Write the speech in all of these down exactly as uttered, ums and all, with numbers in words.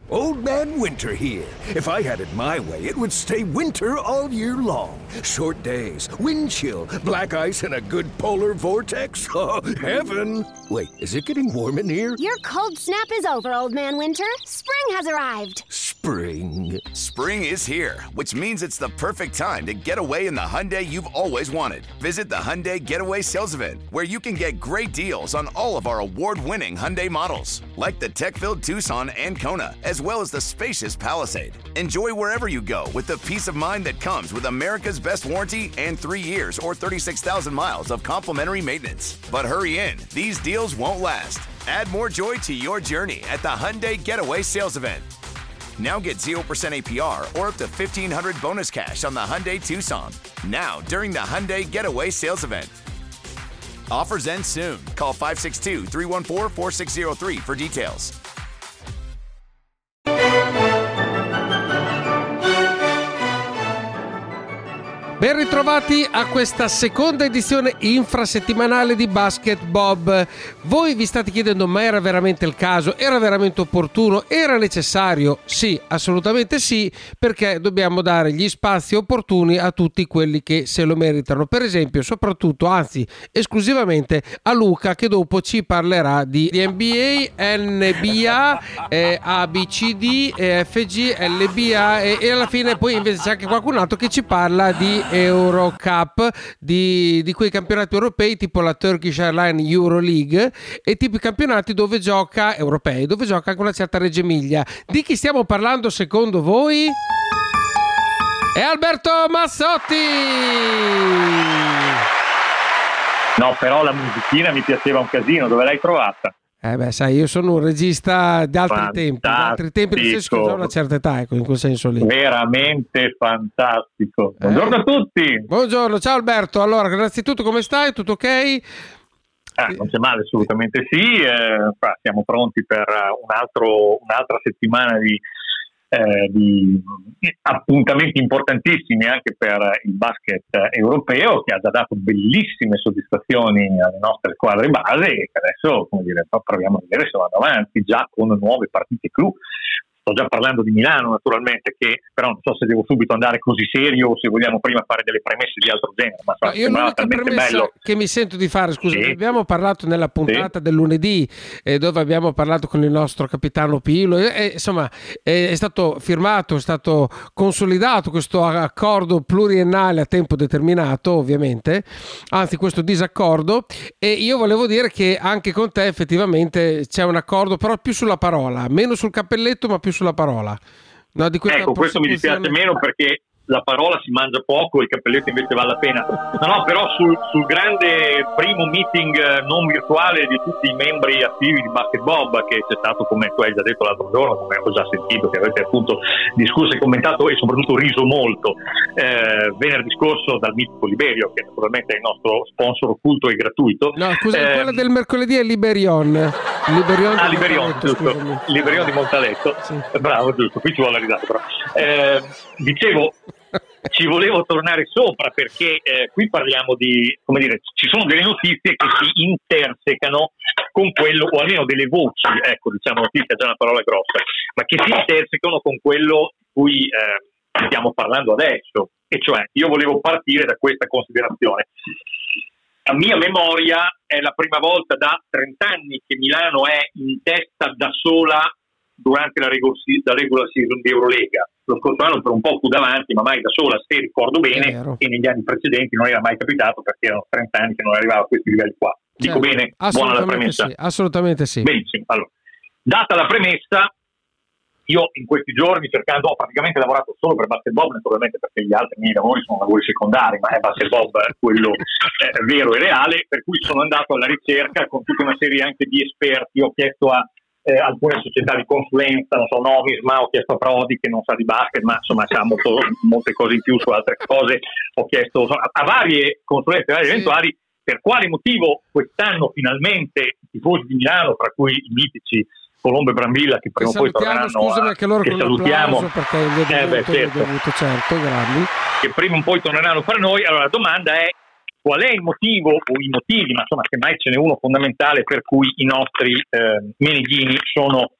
Old Man Winter here. If I had it my way, it would stay winter all year long. Short days, wind chill, black ice, and a good polar vortex. Oh, heaven! Wait, is it getting warm in here? Your cold snap is over, Old Man Winter. Spring has arrived. Spring. Spring is here, which means it's the perfect time to get away in the Hyundai you've always wanted. Visit the Hyundai Getaway Sales Event, where you can get great deals on all of our award-winning Hyundai models, like the tech-filled Tucson and Kona, as well as the spacious Palisade. Enjoy wherever you go with the peace of mind that comes with America's best warranty and three years or thirty-six thousand miles of complimentary maintenance. But hurry in, these deals won't last. Add more joy to your journey at the Hyundai Getaway Sales Event. Now get zero percent A P R or up to fifteen hundred dollars bonus cash on the Hyundai Tucson. Now, during the Hyundai Getaway Sales Event. Offers end soon. Call five six two, three one four, four six zero three for details. Ben ritrovati a questa seconda edizione infrasettimanale di Basket Bob. Voi vi state chiedendo: ma era veramente il caso? Era veramente opportuno? Era necessario? Sì, assolutamente sì, perché dobbiamo dare gli spazi opportuni a tutti quelli che se lo meritano. Per esempio, soprattutto, anzi esclusivamente a Luca, che dopo ci parlerà di N B A, N B A, eh, A B C D, eh, F G, L B A e, e alla fine poi invece c'è anche qualcun altro che ci parla di Eurocup, di, di quei campionati europei tipo la Turkish Airlines Euroleague e tipo i campionati dove gioca europei, dove gioca anche una certa Reggio Emilia. Di chi stiamo parlando secondo voi? È Alberto Massotti! No, però la musichina mi piaceva un casino. Dove l'hai trovata? Eh beh, sai, io sono un regista di altri Fantastico. tempi, di altri tempi, nel senso che ho una certa età, ecco, in quel senso lì. Veramente fantastico. Buongiorno eh. a tutti. Buongiorno, ciao Alberto. Allora, innanzitutto come stai? Tutto ok? Ah, non c'è male, assolutamente sì. Eh, siamo pronti per un altro, un'altra settimana di, eh, di appuntamenti importantissimi anche per il basket europeo, che ha già dato bellissime soddisfazioni alle nostre squadre base e che adesso, come dire, proviamo a vedere se vanno avanti già con nuove partite clou. Sto già parlando di Milano, naturalmente, che però non so se devo subito andare così serio o se vogliamo prima fare delle premesse di altro genere. Ma no, io l'unica premessa bello. che mi sento di fare, scusa, sì. abbiamo parlato nella puntata sì. del lunedì, eh, dove abbiamo parlato con il nostro capitano Pilo, e, e, insomma è, è stato firmato, è stato consolidato questo accordo pluriennale a tempo determinato, ovviamente, anzi questo disaccordo, e io volevo dire che anche con te effettivamente c'è un accordo, però più sulla parola, meno sul cappelletto, ma più sulla parola. No, di ecco, questo mi dispiace meno perché la parola si mangia poco, il cappelletto invece vale la pena. No, no, però sul, sul grande primo meeting non virtuale di tutti i membri attivi di Basket Bob, che c'è stato, come tu hai già detto l'altro giorno, come ho già sentito, che avete appunto discusso e commentato e soprattutto riso molto eh, venerdì scorso dal mitico Liberio, che naturalmente è il nostro sponsor occulto e gratuito. No, scusa, eh, quella del mercoledì è Liberion. Liberion ah, Liberion, giusto. Liberion di Montaletto. Sì. Bravo, giusto, qui ci vuole la risata però. Eh, dicevo, ci volevo tornare sopra perché eh, qui parliamo di, come dire, ci sono delle notizie che si intersecano con quello, o almeno delle voci, ecco, diciamo notizia è già una parola grossa, ma che si intersecano con quello di cui eh, stiamo parlando adesso. E cioè, io volevo partire da questa considerazione. A mia memoria è la prima volta da trent'anni che Milano è in testa da sola durante la regular, la regular season di Eurolega. Lo scorso anno per un po' fu davanti, ma mai da sola, se ricordo bene, e negli anni precedenti non era mai capitato perché erano trenta anni che non arrivava a questi livelli qua. Dico certo, bene? Buona la premessa? Sì, assolutamente sì. Benissimo. Allora, data la premessa, io in questi giorni, cercando, ho praticamente lavorato solo per Basket Bob, naturalmente perché gli altri miei lavori sono lavori secondari, ma è Basket Bob quello eh, vero e reale, per cui sono andato alla ricerca con tutta una serie anche di esperti. Ho chiesto a eh, alcune società di consulenza, non so, Nomis, ma ho chiesto a Prodi che non sa di basket, ma insomma sa molto, molte cose in più su altre cose. Ho chiesto a, a varie consulenze, varie sì. eventuali, per quale motivo quest'anno finalmente i tifosi di Milano, fra cui i mitici Colombo e Brambilla, che prima o poi torneranno, scusami, a, che loro che salutiamo, perché gli è eh beh, certo. dovuto, certo, grandi, che prima o poi torneranno fra noi. Allora la domanda è: qual è il motivo o i motivi, ma insomma semmai ce n'è uno fondamentale, per cui i nostri eh, meneghini sono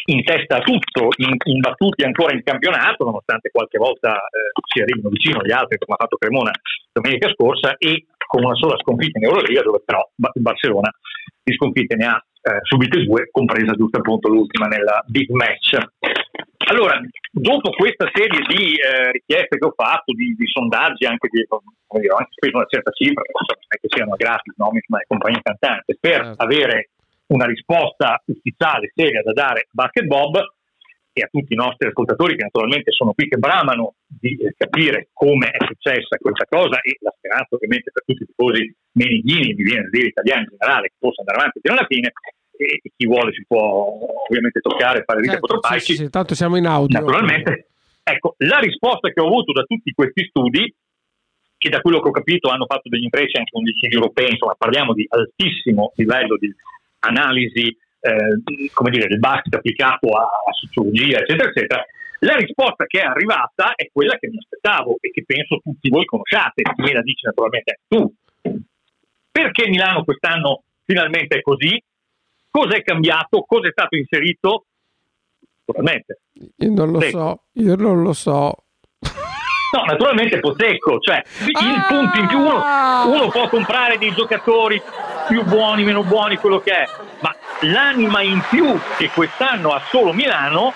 in testa a tutto, in, imbattuti ancora in campionato, nonostante qualche volta eh, si arrivino vicino agli altri, come ha fatto Cremona domenica scorsa, e con una sola sconfitta in Euroliga, dove però il Barcellona di sconfitte ne ha eh, subite due, compresa giusto appunto l'ultima nella big match. Allora, dopo questa serie di eh, richieste che ho fatto, di, di sondaggi, anche di, come dire, ho anche speso una certa cifra, non è che siano gratis, no, ma è compagnia cantante, per certo. avere una risposta ufficiale, seria da dare a Basket Bob, e a tutti i nostri ascoltatori che naturalmente sono qui che bramano di eh, capire come è successa questa cosa, e la speranza ovviamente per tutti i tifosi menighini, mi viene a dire italiani in generale, che possa andare avanti fino alla fine, e chi vuole si può ovviamente toccare, fare rite certo, potropaici. sì, sì, tanto siamo in audio. Naturalmente. Ecco, la risposta che ho avuto da tutti questi studi, che da quello che ho capito hanno fatto degli intrecci anche con dei siti europei, insomma parliamo di altissimo livello di analisi, eh, come dire, del basket applicato a, a sociologia, eccetera, eccetera. La risposta che è arrivata è quella che mi aspettavo e che penso tutti voi conosciate, me la dici naturalmente tu. Perché Milano quest'anno finalmente è così? Cosa è cambiato? Cosa è stato inserito? Naturalmente. Io non lo Secco. so, io non lo so. No, naturalmente Pozzecco, cioè il ah! punto in più uno, uno può comprare dei giocatori più buoni, meno buoni, quello che è, ma l'anima in più che quest'anno ha solo Milano,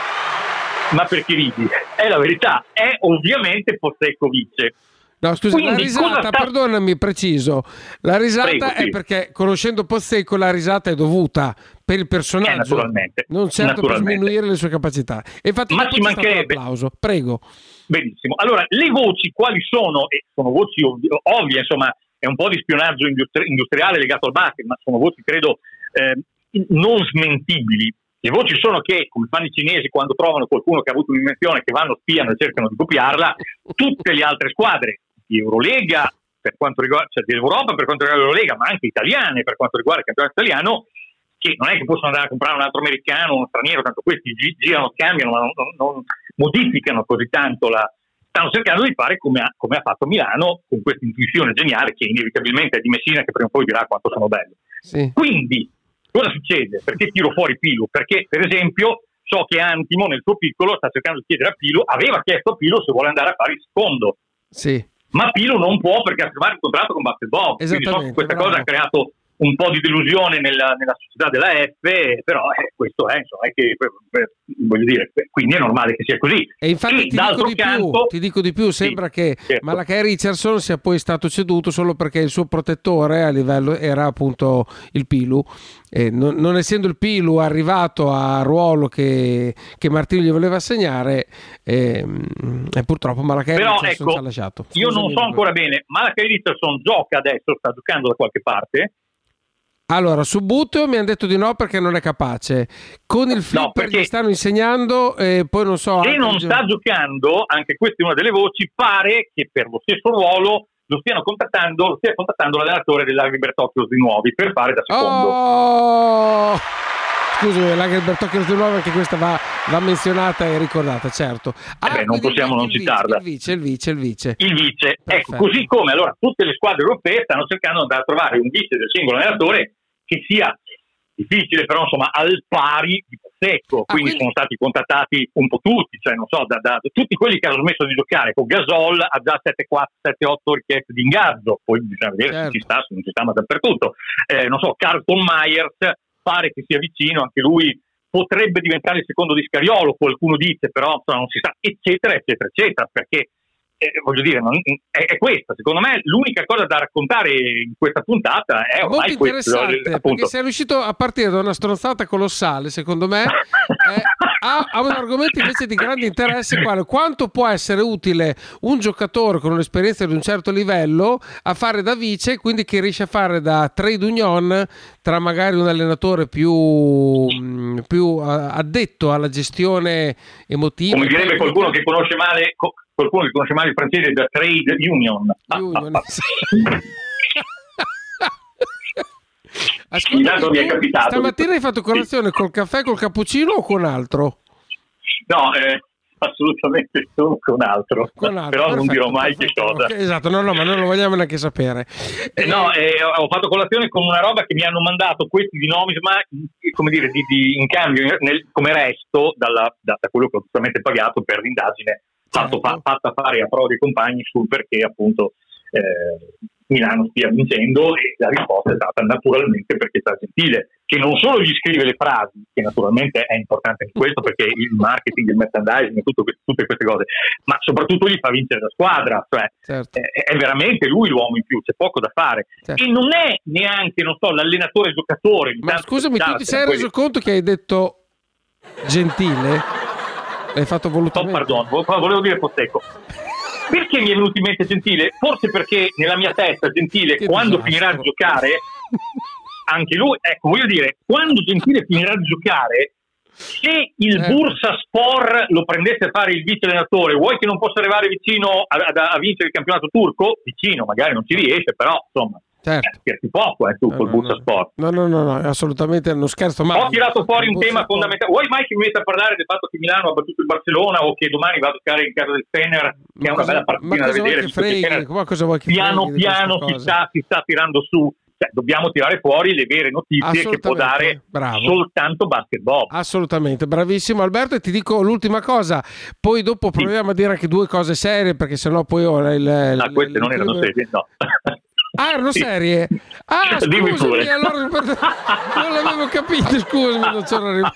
ma perché ridi? È la verità, è ovviamente Pozzecco vince. No, scusa, Quindi, la risata, sta... perdonami, preciso. La risata Prego, è sì. perché, conoscendo Pozzecco, la risata è dovuta per il personaggio, eh, naturalmente. non certo naturalmente. per sminuire le sue capacità. E infatti, ma ci mancherebbe. Un applauso. Prego. Benissimo. Allora, le voci quali sono? E sono voci ovvi- ovvie, insomma, è un po' di spionaggio industri- industriale legato al basket, ma sono voci, credo, eh, non smentibili. Le voci sono che, come fanno i cinesi quando trovano qualcuno che ha avuto un'invenzione, che vanno, spiano e cercano di copiarla, tutte le altre squadre di Eurolega, per quanto riguarda, cioè di Europa per quanto riguarda l'Eurolega, ma anche italiane per quanto riguarda il campionato italiano, che non è che possono andare a comprare un altro americano, uno straniero, tanto questi gi- girano, cambiano, ma non, non, non modificano così tanto la... Stanno cercando di fare come ha, come ha fatto Milano, con questa intuizione geniale che inevitabilmente è di Messina, che prima o poi dirà quanto sono belli. Sì. Quindi, cosa succede? Perché tiro fuori Pilu? Perché, per esempio, so che Antimo nel suo piccolo sta cercando di chiedere a Pilu, aveva chiesto a Pilu se vuole andare a fare il secondo. Sì. Ma Pilu non può perché ha firmato il contratto con Basket Bob, quindi so che questa bravo. cosa ha creato un po' di delusione nella, nella società della F, però eh, questo è, insomma, è che, eh, voglio dire, quindi è normale che sia così. E infatti e ti, dico di canto, più, ti dico di più, sembra sì, che certo. Malachi Richardson sia poi stato ceduto solo perché il suo protettore a livello era appunto il Pilu, e non, non essendo il Pilu arrivato a ruolo che, che Martino gli voleva assegnare, e, e purtroppo Malachi però, Richardson ecco, ci ha lasciato. Scusami, io non so ancora bene, Malachi Richardson gioca adesso, sta giocando da qualche parte? Allora, su Buteo mi hanno detto di no perché non è capace. Con il flipper no, perché... gli stanno insegnando e poi non so... Se non sta giocando, anche questa è una delle voci, pare che per lo stesso ruolo lo stiano contattando, lo stia contattando l'allenatore dell'Agri Bertocchios di Nuovi per fare da secondo. Oh! Scusami, l'Agri Bertocchios di Nuovi, anche questa va, va menzionata e ricordata, certo. Ah, eh beh, non possiamo non citarla. Il vice, il vice, il vice. Il vice. Perfetto. Ecco, così come allora tutte le squadre europee stanno cercando di andare a trovare un vice del singolo allenatore che sia difficile, però insomma al pari di Pozzecco, ah, quindi, quindi sono stati contattati un po' tutti, cioè non so, da, da tutti quelli che hanno smesso di giocare con Gasol ha già sette otto richieste di ingaggio, poi bisogna vedere certo. se ci sta, se non ci sta, ma dappertutto. Eh, non so, Carlton Myers pare che sia vicino, anche lui potrebbe diventare il secondo di Scariolo, qualcuno dice, però insomma, non si sa, eccetera, eccetera, eccetera, perché Eh, voglio dire, non, è, è questa, secondo me l'unica cosa da raccontare in questa puntata è ormai molto interessante, questo, perché sei riuscito a partire da una stronzata colossale, secondo me, eh, a, a un argomento invece di grande interesse, quale quanto può essere utile un giocatore con un'esperienza di un certo livello a fare da vice, quindi che riesce a fare da trade union tra magari un allenatore più, più addetto alla gestione emotiva, come direbbe qualcuno che conosce male qualcuno che conosce male il francese, da trade union. union ah, Ascolta, tu, mi è capitato. Stamattina hai fatto colazione sì. col caffè, col cappuccino o con altro? No, eh, assolutamente solo con altro, con altro però perfetto, non dirò mai perfetto, che cosa. Okay, esatto, no no ma non lo vogliamo neanche sapere. Eh, no, eh, ho fatto colazione con una roba che mi hanno mandato questi di Nomisma, come dire, di, di, in cambio nel, come resto dalla, da, da quello che ho giustamente pagato per l'indagine fatto, certo. fa, fatta fare a Prodi e compagni sul perché appunto eh, Milano stia vincendo, e la risposta è stata naturalmente perché sta Gentile, che non solo gli scrive le frasi, che naturalmente è importante in questo perché il marketing, il merchandising, tutto, tutte queste cose, ma soprattutto gli fa vincere la squadra, cioè certo. è, è veramente lui l'uomo in più, c'è poco da fare, certo. E non è neanche, non so, l'allenatore giocatore. Ma scusami, tu ti sei reso conto che hai detto Gentile? L'hai fatto volutamente? Oh, pardon, volevo dire Pozzecco. Perché mi è venuto in mente Gentile? Forse perché nella mia testa Gentile, che quando disastro. finirà di giocare, anche lui, ecco, voglio dire, quando Gentile finirà di giocare, se il certo. Bursaspor lo prendesse a fare il vice allenatore, vuoi che non possa arrivare vicino a, a, a vincere il campionato turco? Vicino, magari non ci riesce, però insomma. Certo. Eh, poco è eh, tutto no, il Bursaspor. No, no, no, no, assolutamente non scherzo. Ma ho tirato fuori un tema fondamentale. Vuoi mai che mi metta a parlare del fatto che Milano ha battuto il Barcellona o che domani va a giocare in casa del Fener, che ma è una cosa, bella partita da vedere? Che freghi, che Fener, cosa vuoi che piano piano si sta, si sta tirando su. Cioè, dobbiamo tirare fuori le vere notizie che può dare Bravo. soltanto basketball. Assolutamente, bravissimo Alberto. E ti dico l'ultima cosa, poi dopo proviamo sì. a dire anche due cose serie, perché sennò poi ora il, il, ah, queste il, non erano il, serie, no. Ah, erano serie? Ah, Dimmi scusami, pure. allora non l'avevo capito, scusami, non c'ero arrivato.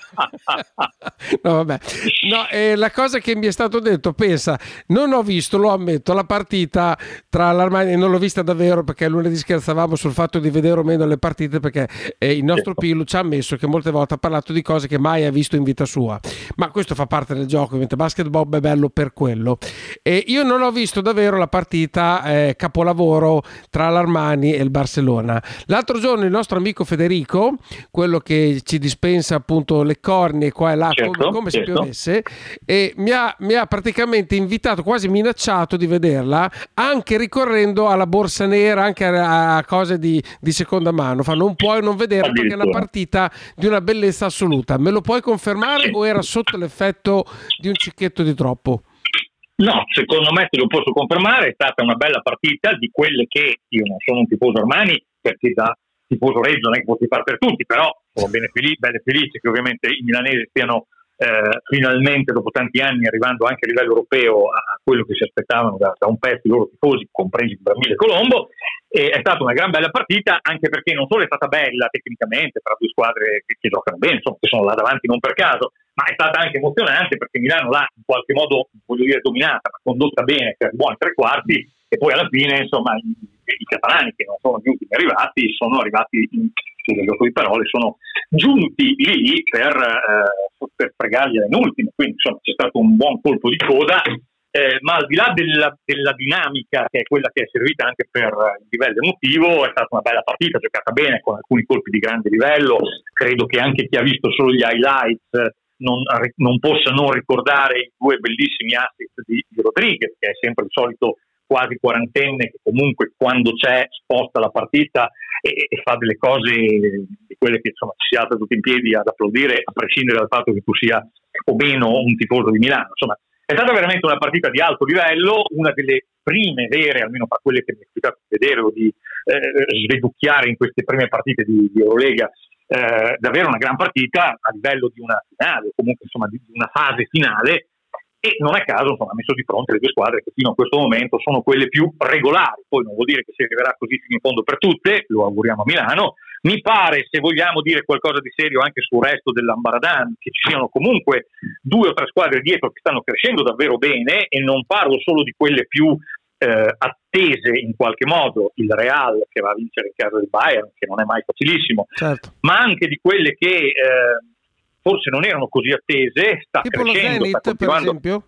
No, vabbè. No, eh, la cosa che mi è stato detto, pensa, non ho visto, lo ammetto, la partita tra l'Armani, non l'ho vista davvero perché lunedì scherzavamo sul fatto di vedere o meno le partite, perché eh, il nostro Pilu ci ha ammesso che molte volte ha parlato di cose che mai ha visto in vita sua, ma questo fa parte del gioco, ovviamente basketball è bello per quello. E io non ho visto davvero la partita eh, capolavoro tra l'Armani e il Barcellona. L'altro giorno il nostro amico Federico, quello che ci dispensa appunto le cornie qua e là, certo, come, come certo. se piovesse, e mi ha, mi ha praticamente invitato, quasi minacciato di vederla, anche ricorrendo alla borsa nera, anche a, a cose di, di seconda mano. Fa, non puoi non vederla perché è una partita di una bellezza assoluta. Me lo puoi confermare o era sotto l'effetto di un cicchetto di troppo? No, secondo me te lo posso confermare, è stata una bella partita di quelle che io non sono un tifoso Armani, perché da tifoso Reggio non è che posso fare per tutti, però sono bene felice, bene felice che ovviamente i milanesi stiano eh, finalmente dopo tanti anni arrivando anche a livello europeo a quello che si aspettavano da, da un pezzo di loro tifosi, compresi Bramile e Colombo. E è stata una gran bella partita, anche perché non solo è stata bella tecnicamente tra due squadre che, che giocano bene, insomma, che sono là davanti non per caso, ma è stata anche emozionante perché Milano l'ha in qualche modo, voglio dire, dominata, ma condotta bene per buoni tre quarti, e poi alla fine, insomma, i, i catalani, che non sono gli ultimi arrivati, sono arrivati, in, nel gioco di parole, sono giunti lì per, eh, per fregargli in ultimo, quindi insomma c'è stato un buon colpo di coda. Eh, ma al di là della, della dinamica, che è quella che è servita anche per il livello emotivo, è stata una bella partita, giocata bene, con alcuni colpi di grande livello. Credo che anche chi ha visto solo gli highlights non, non possa non ricordare i due bellissimi assist di, di Rodriguez, che è sempre il solito quasi quarantenne che comunque quando c'è sposta la partita e, e fa delle cose di quelle che insomma ci si alza tutti in piedi ad applaudire, a prescindere dal fatto che tu sia o meno un tifoso di Milano. Insomma, è stata veramente una partita di alto livello, una delle prime vere, almeno fra quelle che mi è capitato di vedere o di eh, sveducchiare in queste prime partite di, di Eurolega, eh, davvero una gran partita a livello di una finale, o comunque insomma di una fase finale, e non a caso insomma, ha messo di fronte le due squadre che fino a questo momento sono quelle più regolari. Poi non vuol dire che si arriverà così fino in fondo per tutte, lo auguriamo a Milano. Mi pare, se vogliamo dire qualcosa di serio anche sul resto dell'Ambaradan, che ci siano comunque due o tre squadre dietro che stanno crescendo davvero bene, e non parlo solo di quelle più eh, attese in qualche modo, il Real che va a vincere in casa del Bayern, che non è mai facilissimo, certo. ma anche di quelle che eh, forse non erano così attese, sta tipo crescendo, lo Zenit, sta continuando. Per esempio?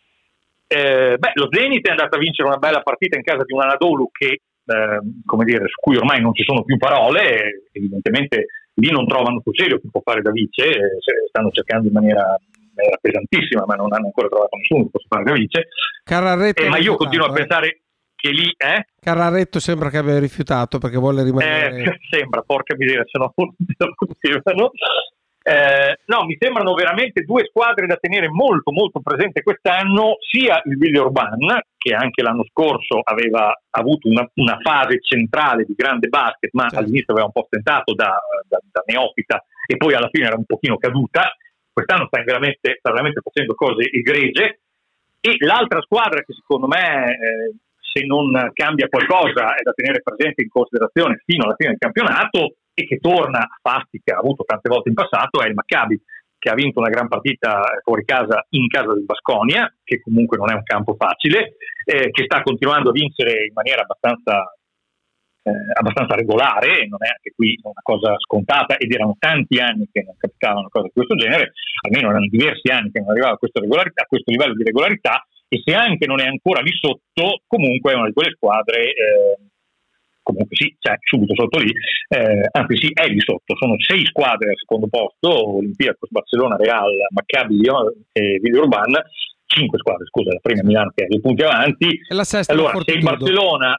Eh, beh, lo Zenit è andato a vincere una bella partita in casa di un Anadolu che Eh, come dire, su cui ormai non ci sono più parole. Evidentemente lì non trovano sul serio chi può fare da vice, eh, stanno cercando in maniera, in maniera pesantissima, ma non hanno ancora trovato nessuno che possa fare da vice. Carraretto eh, ma io continuo a eh. pensare che lì eh? Carraretto sembra che abbia rifiutato perché vuole rimanere eh, sembra, porca miseria, se no non potevano. Eh, no, mi sembrano veramente due squadre da tenere molto molto presente quest'anno, sia il Villeurbanne, che anche l'anno scorso aveva avuto una, una fase centrale di grande basket, ma certo. all'inizio aveva un po' stentato da, da, da neofita e poi alla fine era un pochino caduta. Quest'anno sta veramente, sta veramente facendo cose egregie. E l'altra squadra che secondo me, eh, se non cambia qualcosa, è da tenere presente in considerazione fino alla fine del campionato e che torna a fasti che ha avuto tante volte in passato, è il Maccabi, che ha vinto una gran partita fuori casa in casa del Baskonia, che comunque non è un campo facile, eh, che sta continuando a vincere in maniera abbastanza eh, abbastanza regolare, non è anche qui una cosa scontata, ed erano tanti anni che non capitava una cosa di questo genere, almeno erano diversi anni che non arrivava a questo, regolarità, a questo livello di regolarità, e se anche non è ancora lì sotto, comunque è una di quelle squadre eh, comunque sì, cioè subito sotto lì, eh, anzi sì, è lì sotto, sono sei squadre al secondo posto, Olympiacos, Barcellona, Real, Maccabi, Lyon e Villeurbanne, cinque squadre, scusa, la prima Milano che ha dei punti avanti. E la sesta allora, la se il Barcellona...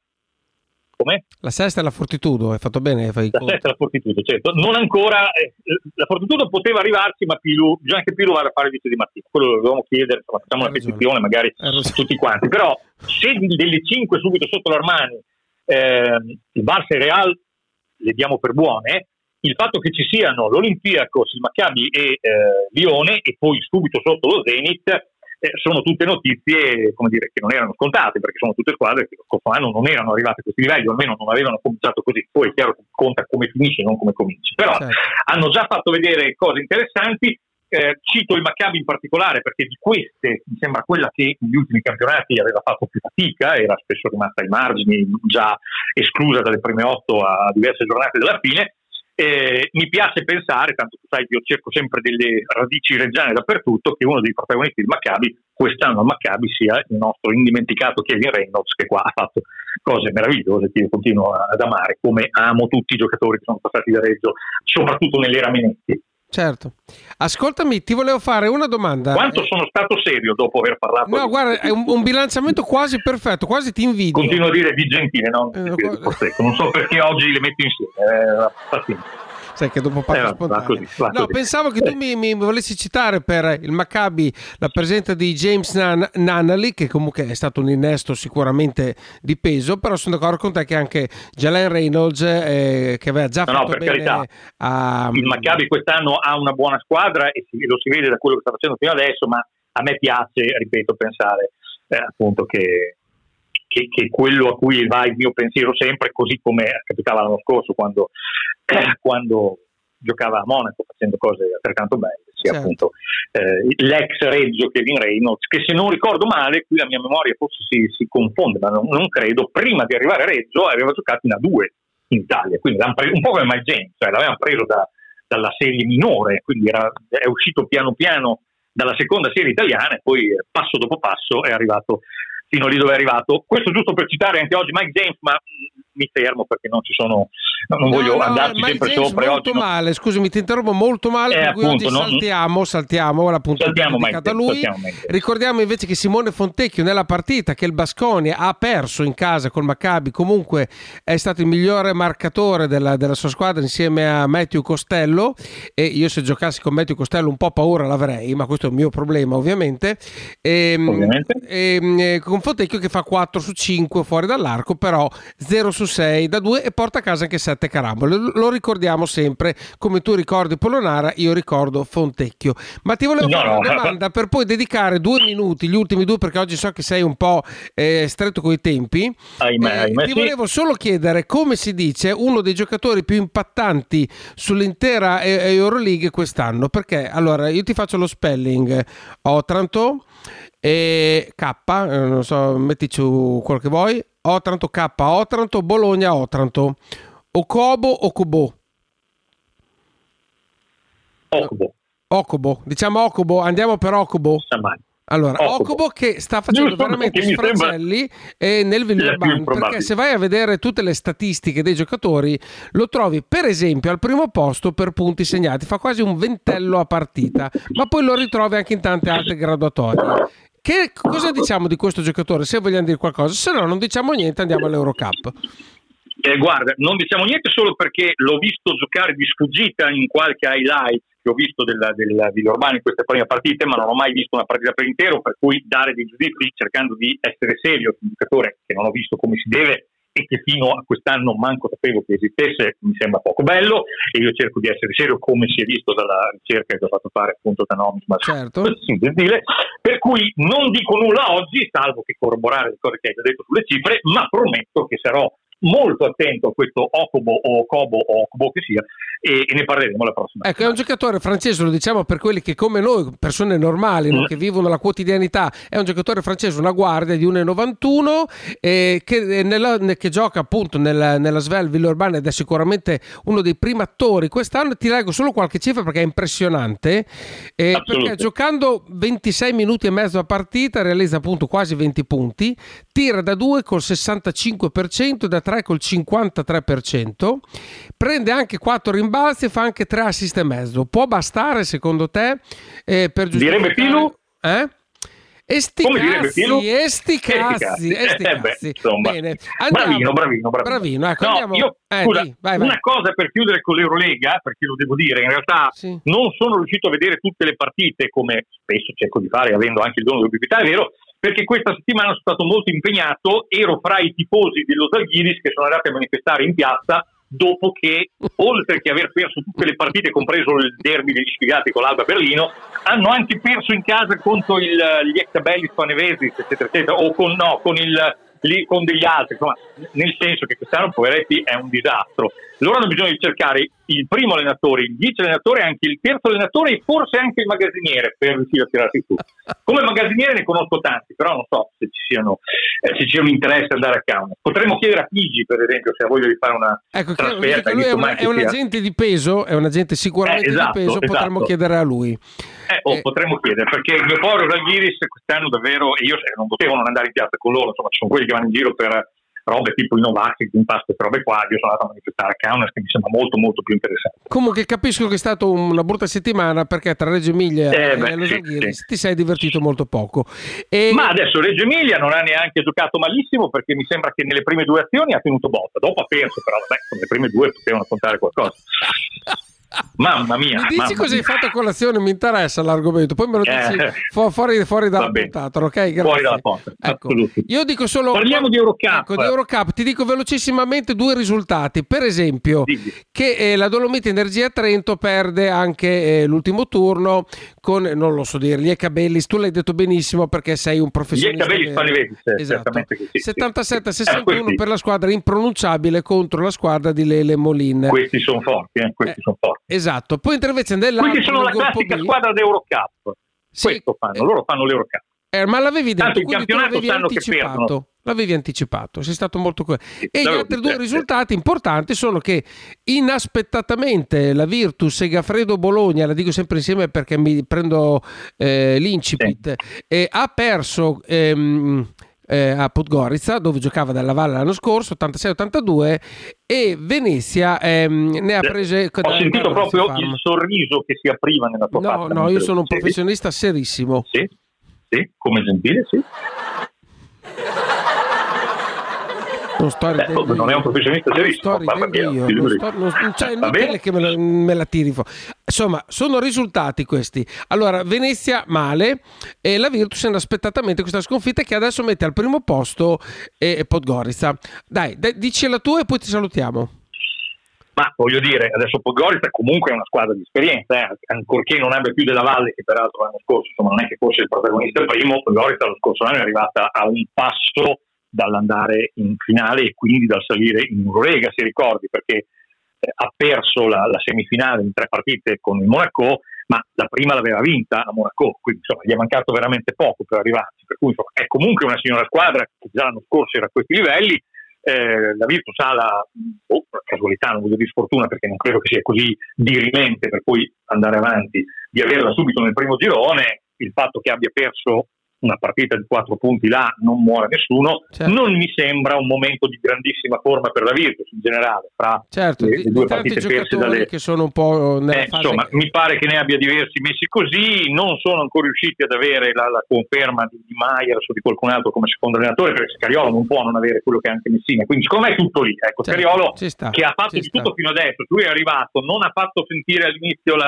Come? La sesta è la Fortitudo, hai fatto bene? Fai la sesta è la Fortitudo, certo. Non ancora, eh, la Fortitudo poteva arrivarci, ma Pilu, bisogna che Pilu vada a fare il vice di Martino. Quello lo dobbiamo chiedere, insomma, facciamo una petizione magari tutti quanti. Però se delle cinque subito sotto l'Armani eh, il Barça e il Real le diamo per buone, il fatto che ci siano l'Olympiacos, il Maccabi e eh, Lione e poi subito sotto lo Zenit eh, sono tutte notizie, come dire, che non erano scontate, perché sono tutte squadre che lo scorso anno non erano arrivate a questi livelli, o almeno non avevano cominciato così. Poi è chiaro che conta come finisce, non come cominci, però certo. hanno già fatto vedere cose interessanti. Eh, cito il Maccabi in particolare perché di queste mi sembra quella che negli ultimi campionati aveva fatto più fatica, era spesso rimasta ai margini, già esclusa dalle prime otto a diverse giornate della fine. Eh, mi piace pensare, tanto tu sai che io cerco sempre delle radici reggiane dappertutto, che uno dei protagonisti del Maccabi quest'anno al Maccabi sia il nostro indimenticato Kevin Reynolds, che qua ha fatto cose meravigliose che io continuo ad amare, come amo tutti i giocatori che sono passati da Reggio, soprattutto nell'era Menetti. Certo. Ascoltami, ti volevo fare una domanda. Quanto sono stato serio dopo aver parlato? No, di... guarda, è un, un bilanciamento quasi perfetto, quasi ti invidio. Continuo a dire di Gentile, no? Eh, non so perché oggi le metto insieme. Eh, Sai che dopo parlo eh, spontaneo. Così, no, così. Pensavo che tu mi, mi volessi citare per il Maccabi la presenza di James Nan- Nunnally, che comunque è stato un innesto sicuramente di peso, però sono d'accordo con te che anche Jalen Reynolds, eh, che aveva già no, fatto no, per bene carità. A... il Maccabi quest'anno ha una buona squadra e si, lo si vede da quello che sta facendo fino adesso, ma a me piace, ripeto, pensare eh, appunto che Che, che quello a cui va il mio pensiero sempre, così come capitava l'anno scorso quando, eh, quando giocava a Monaco facendo cose altrettanto belle, sia certo. appunto eh, l'ex Reggio Kevin Reynolds, che se non ricordo male, qui la mia memoria forse si, si confonde, ma non, non credo, prima di arrivare a Reggio aveva giocato in A due in Italia, quindi preso, un po' come Mike James, cioè l'avevano preso da, dalla serie minore, quindi era, è uscito piano piano dalla seconda serie italiana e poi passo dopo passo è arrivato fino lì dove è arrivato. Questo giusto per citare anche oggi Mike James, ma mi fermo perché non ci sono, non no, voglio no, andarci Mike sempre James sopra. Molto oggi male, no. Scusami, ti interrompo molto male, eh, per cui appunto, oggi non, saltiamo, saltiamo la puntata saltiamo dedicata a lui. Saltiamo Ricordiamo invece che Simone Fontecchio nella partita che il Baskonia ha perso in casa col Maccabi, comunque è stato il migliore marcatore della, della sua squadra insieme a Matthew Costello, e io se giocassi con Matthew Costello un po' paura l'avrei, ma questo è il mio problema ovviamente. E, ovviamente. E, con Fontecchio che fa quattro su cinque fuori dall'arco, però zero su sei da due e porta a casa anche sette carambole. Lo ricordiamo sempre, come tu ricordi Polonara, io ricordo Fontecchio. Ma ti volevo no, fare una domanda per poi dedicare due minuti, gli ultimi due, perché oggi so che sei un po' eh, stretto coi tempi. Ahimè, eh, ahimè, ti sì. volevo solo chiedere come si dice uno dei giocatori più impattanti sull'intera Euroleague quest'anno, perché allora io ti faccio lo spelling: Otranto e K, non so, mettici quello che vuoi. Otranto, K, Otranto, Bologna, Otranto. Okobo, Okobo. Okobo. Okobo, diciamo Okobo, andiamo per Okobo. Allora, Okobo, Okobo che sta facendo Giusto, veramente sfracelli eh, nel Villeurbanne, perché se vai a vedere tutte le statistiche dei giocatori lo trovi per esempio al primo posto per punti segnati, fa quasi un ventello a partita, ma poi lo ritrovi anche in tante altre graduatorie. Che cosa diciamo di questo giocatore, se vogliamo dire qualcosa? Se no non diciamo niente, andiamo all'Eurocup. Eh, guarda, non diciamo niente solo perché l'ho visto giocare di sfuggita in qualche highlight che ho visto del, del Villorban in queste prime partite, ma non ho mai visto una partita per intero, per cui dare dei giudizi cercando di essere serio su un giocatore che non ho visto come si deve e che fino a quest'anno manco sapevo che esistesse, mi sembra poco bello, e io cerco di essere serio come si è visto dalla ricerca che ho fatto fare appunto da Nomis, ma certo. Per cui non dico nulla oggi, salvo che corroborare le cose che hai già detto sulle cifre, ma prometto che sarò molto attento a questo Okobo o Kobo o Okobo che sia, e, e ne parleremo la prossima. Ecco, è un giocatore francese, lo diciamo per quelli che come noi, persone normali, mm. no, che vivono la quotidianità, è un giocatore francese, una guardia di uno virgola novantuno, eh, che, nella, che gioca appunto nella, nella Svel Villeurbanne ed è sicuramente uno dei primi attori quest'anno. Ti leggo solo qualche cifra perché è impressionante, eh, perché giocando ventisei minuti e mezzo a partita realizza appunto quasi venti punti, tira da due col sessantacinque per cento, da tre col cinquantatré per cento, prende anche quattro rimbalzi e fa anche tre assist e mezzo. Può bastare secondo te eh, per giustificare? Direbbe Pilu? Eh? E sti cazzi, e sti cazzi, e sti cazzi. Bene, bravino, bravino, bravino. bravino ecco, no, andiamo. Io, eh, scusa, dì, vai, vai. Una cosa per chiudere con l'Eurolega, perché lo devo dire, in realtà sì. non sono riuscito a vedere tutte le partite, come spesso cerco di fare, avendo anche il dono di obiettività, è vero, perché questa settimana sono stato molto impegnato, ero fra i tifosi dello Zalgiris che sono andati a manifestare in piazza dopo che, oltre che aver perso tutte le partite, compreso il derby degli sfigati con l'Alba Berlino, hanno anche perso in casa contro il, gli Ectabelli Spanevesis, eccetera, eccetera, o con, no, con, il, lì, con degli altri, insomma, nel senso che quest'anno, poveretti, è un disastro. Loro hanno bisogno di cercare il primo allenatore, il vice allenatore, anche il terzo allenatore e forse anche il magazziniere per riuscire a tirarsi su. Come magazziniere ne conosco tanti, però non so se ci siano eh, se c'è un interesse ad andare a Kaunas. Potremmo chiedere a Pigi, per esempio, se ha voglia di fare una ecco, trasferta. Lui è, una, è un agente di peso, è un agente sicuramente eh, esatto, di peso, esatto. Potremmo chiedere a lui. Eh, oh, eh. Potremmo chiedere, perché il mio povero Zalgiris quest'anno davvero, e io non potevo non andare in piazza con loro, insomma ci sono quelli che vanno in giro per robe tipo il Novak, il Green Pass, queste robe qua. Io sono andato a manifestare a Kaunas, che mi sembra molto molto più interessante. Comunque capisco che è stata una brutta settimana, perché tra Reggio Emilia eh beh, e Los Zalgiris sì, sì. ti sei divertito molto poco. E... Ma adesso Reggio Emilia non ha neanche giocato malissimo, perché mi sembra che nelle prime due azioni ha tenuto botta, dopo ha perso, però vabbè, le prime due potevano contare qualcosa. Mamma mia, mi dici cosa hai fatto a colazione? Mi interessa l'argomento, poi me lo dici eh, fu- fuori, fuori dalla puntata, ok? Grazie. Fuori dalla porta. Ecco. Io dico solo parliamo di Eurocup. Ecco, di Eurocup ti dico velocissimamente due risultati. Per esempio, Digli. che eh, la Dolomiti Energia Trento perde anche eh, l'ultimo turno con, non lo so dire, gli Ecabellis. Tu l'hai detto benissimo perché sei un professionista. Gli Ecabellis Spanevesis, esatto. Sì, settantasette a sessantuno eh, per la squadra impronunciabile contro la squadra di Lele Molin. Questi sono forti, eh, questi eh. sono forti. Esatto, poi invece nell'altro quindi sono la classica B, squadra d'Eurocup. Sì, questo fanno, eh, loro fanno l'Eurocup. Eh, ma l'avevi detto, tanto in quindi campionato l'avevi sanno anticipato. Che perdono. L'avevi anticipato, sei stato molto co- sì, e gli altri due risultati importanti sono che inaspettatamente la Virtus e Gaffredo Bologna, la dico sempre insieme perché mi prendo eh, l'incipit, sì. eh, ha perso ehm, eh, a Podgorica, dove giocava dalla Valle l'anno scorso, ottantasei ottantadue, e Venezia ehm, ne ha prese. Ho da, sentito da proprio il sorriso che si apriva nella tua no, faccia. No, io sono un sì. professionista serissimo. Sì, sì, come Gentile, sì. Non, sto Beh, non è un professionista serissimo, non sto ridendo io, non sto, non, cioè, non è che me, lo, me la tiri fuori. Insomma, sono risultati questi. Allora, Venezia male e la Virtus inaspettatamente questa sconfitta che adesso mette al primo posto e Podgorica. Dai, dai, dici la tua e poi ti salutiamo. Ma voglio dire, adesso Podgorica comunque è una squadra di esperienza, eh? Ancorché non abbia più della Valle, che peraltro l'anno scorso insomma non è che fosse il protagonista primo. Podgorica lo scorso anno è arrivata a un passo dall'andare in finale e quindi dal salire in Eurolega, si ricordi, perché eh, ha perso la, la semifinale in tre partite con il Monaco, ma la prima l'aveva vinta a Monaco, quindi insomma gli è mancato veramente poco per arrivarci, per cui insomma, è comunque una signora squadra che già l'anno scorso era a questi livelli. Eh, la Virtus ha la oh, casualità, non voglio dire sfortuna perché non credo che sia così dirimente per poi andare avanti, di averla subito nel primo girone. Il fatto che abbia perso una partita di quattro punti là, non muore nessuno, certo. Non mi sembra un momento di grandissima forma per la Virtus in generale, fra certo, le, di, le due di partite perse dalle... che sono un po' nella eh, fase insomma, che... mi pare che ne abbia diversi messi così, non sono ancora riusciti ad avere la, la conferma di, di Maier o di qualcun altro come secondo allenatore, perché Scariolo non può non avere quello che ha anche Messina, quindi secondo me è tutto lì, ecco, certo, Scariolo che ha fatto di tutto fino adesso, lui è arrivato, non ha fatto sentire all'inizio la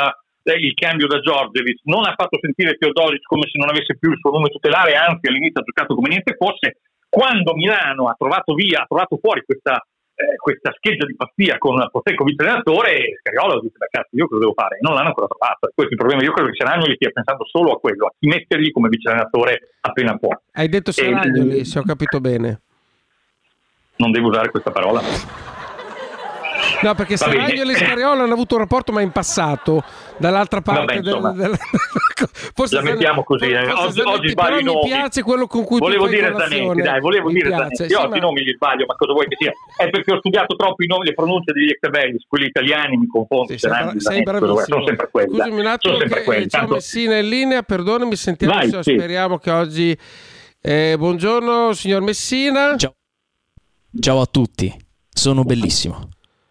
eh, il cambio da Djordjevic, non ha fatto sentire Teodosic come se non avesse più il suo nome tutelare, anzi all'inizio ha giocato come niente fosse. Quando Milano ha trovato via, ha trovato fuori questa, eh, questa scheggia di pazzia con Posteco vice allenatore, Scariolo dice: ma cazzo, io cosa devo fare? E non l'hanno ancora trovato. Questo è il problema. Io credo che Seragnoli stia pensando solo a quello, a chi mettergli come vice allenatore appena può. Hai detto Seragnoli, se ho capito bene. Non devo usare questa parola. No, perché Seragnoli e Scariolo hanno avuto un rapporto, ma in passato, dall'altra parte. Vabbè, del, del... forse la mettiamo così. Eh. Oggi, oggi sbaglio i nomi. Mi piace quello con cui volevo tu fai dire colazione. Zanetti, dai, volevo mi dire piace. Zanetti. Sì, Io oggi ma... i nomi li sbaglio, ma cosa vuoi che sia? È perché ho studiato troppo i nomi, le pronunce degli ex-bellis, quelli italiani mi confondo. Sì, sei, bra- sei bravissimo. Sono sempre quelli. Scusami un attimo che c'è Tanto... Messina in linea, perdonami, sentiamo. Vai, se sì. Speriamo che oggi... Eh, buongiorno signor Messina. Ciao. Ciao a tutti, sono bellissimo.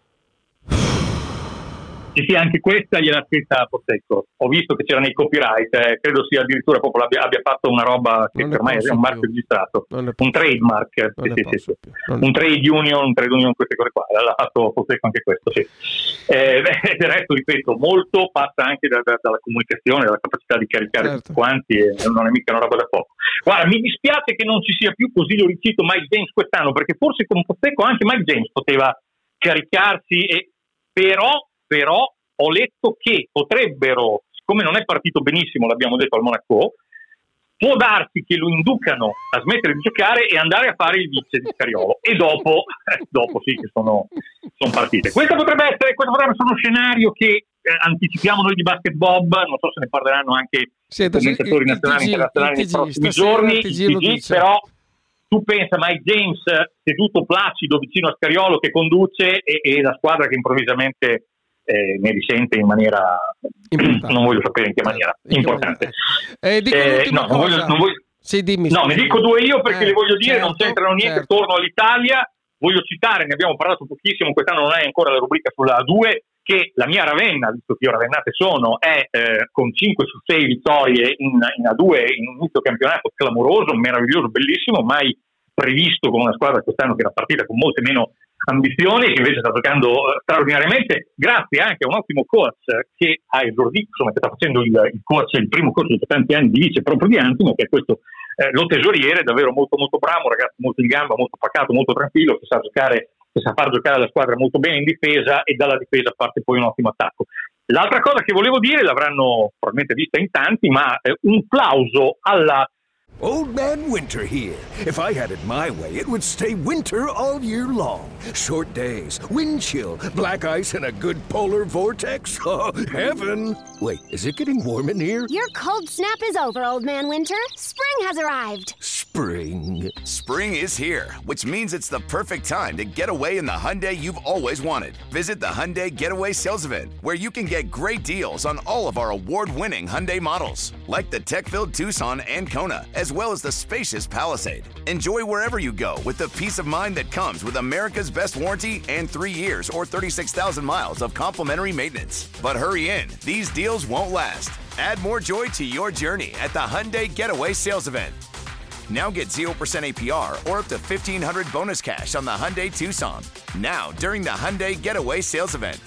Sì, sì, anche questa gliel'ha scritta Posteco. Ho visto che c'era nei copyright, eh, credo sia addirittura proprio abbia, abbia fatto una roba che ormai è un marchio più. registrato, un trademark, sì, sì, sì. un trade union, un trade union, queste cose qua. L'ha fatto Posteco anche questo, sì. Eh, beh, del resto, ripeto, molto passa anche da, da, dalla comunicazione, dalla capacità di caricare certo. tutti quanti, e non è mica una roba da poco. Guarda, mi dispiace che non ci sia più così riuscito Mike James quest'anno, perché forse con Posteco anche Mike James poteva caricarsi, e però però ho letto che potrebbero, siccome non è partito benissimo, l'abbiamo detto al Monaco, può darsi che lo inducano a smettere di giocare e andare a fare il vice di Scariolo, e dopo, eh, dopo sì che sono, sono partite. Questo potrebbe essere, questo potrebbe essere uno scenario che eh, anticipiamo noi di Basket Bob, non so se ne parleranno anche i commentatori nazionali e internazionali nei prossimi giorni, il T G, però tu pensa Mike James seduto placido vicino a Scariolo che conduce, e, e la squadra che improvvisamente Eh, ne risente in maniera importante. Non voglio sapere in che maniera in che importante maniera. Eh, dico eh, no, non voglio, non voglio... Sì, dimmi, no, ne dico due io perché eh, le voglio dire, certo, non c'entrano niente, certo. Torno all'Italia, voglio citare, ne abbiamo parlato pochissimo, quest'anno non è ancora la rubrica sulla A due, che la mia Ravenna, visto che io ravennate sono, è eh, con cinque su sei vittorie in, in A due, in un inizio campionato clamoroso, meraviglioso, bellissimo, mai previsto con una squadra quest'anno che era partita con molte meno ambizioni, che invece sta giocando straordinariamente, grazie anche a un ottimo coach che ha esordito, insomma, che sta facendo il, il coach, il primo coach dopo tanti anni di vice proprio di Antimo, che è questo eh, lo tesoriere, davvero molto molto bravo, un ragazzo molto in gamba, molto pacato, molto tranquillo, che sa giocare, che sa far giocare la squadra molto bene in difesa, e dalla difesa parte poi un ottimo attacco. L'altra cosa che volevo dire, l'avranno probabilmente vista in tanti, ma eh, un plauso alla Old Man Winter here. If I had it my way, it would stay winter all year long. Short days, wind chill, black ice, and a good polar vortex. Oh, heaven. Wait, is it getting warm in here? Your cold snap is over, Old Man Winter. Spring has arrived. Spring. Spring is here, which means it's the perfect time to get away in the Hyundai you've always wanted. Visit the Hyundai Getaway Sales Event, where you can get great deals on all of our award-winning Hyundai models, like the tech-filled Tucson and Kona, as well as the spacious Palisade. Enjoy wherever you go with the peace of mind that comes with America's best warranty and three years or thirty-six thousand miles of complimentary maintenance. But hurry in, these deals won't last. Add more joy to your journey at the Hyundai Getaway Sales Event. Now get zero percent A P R or up to fifteen hundred dollars bonus cash on the Hyundai Tucson. Now, during the Hyundai Getaway Sales Event.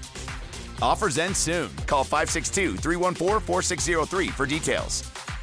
Offers end soon. Call five six two, three one four, four six zero three for details.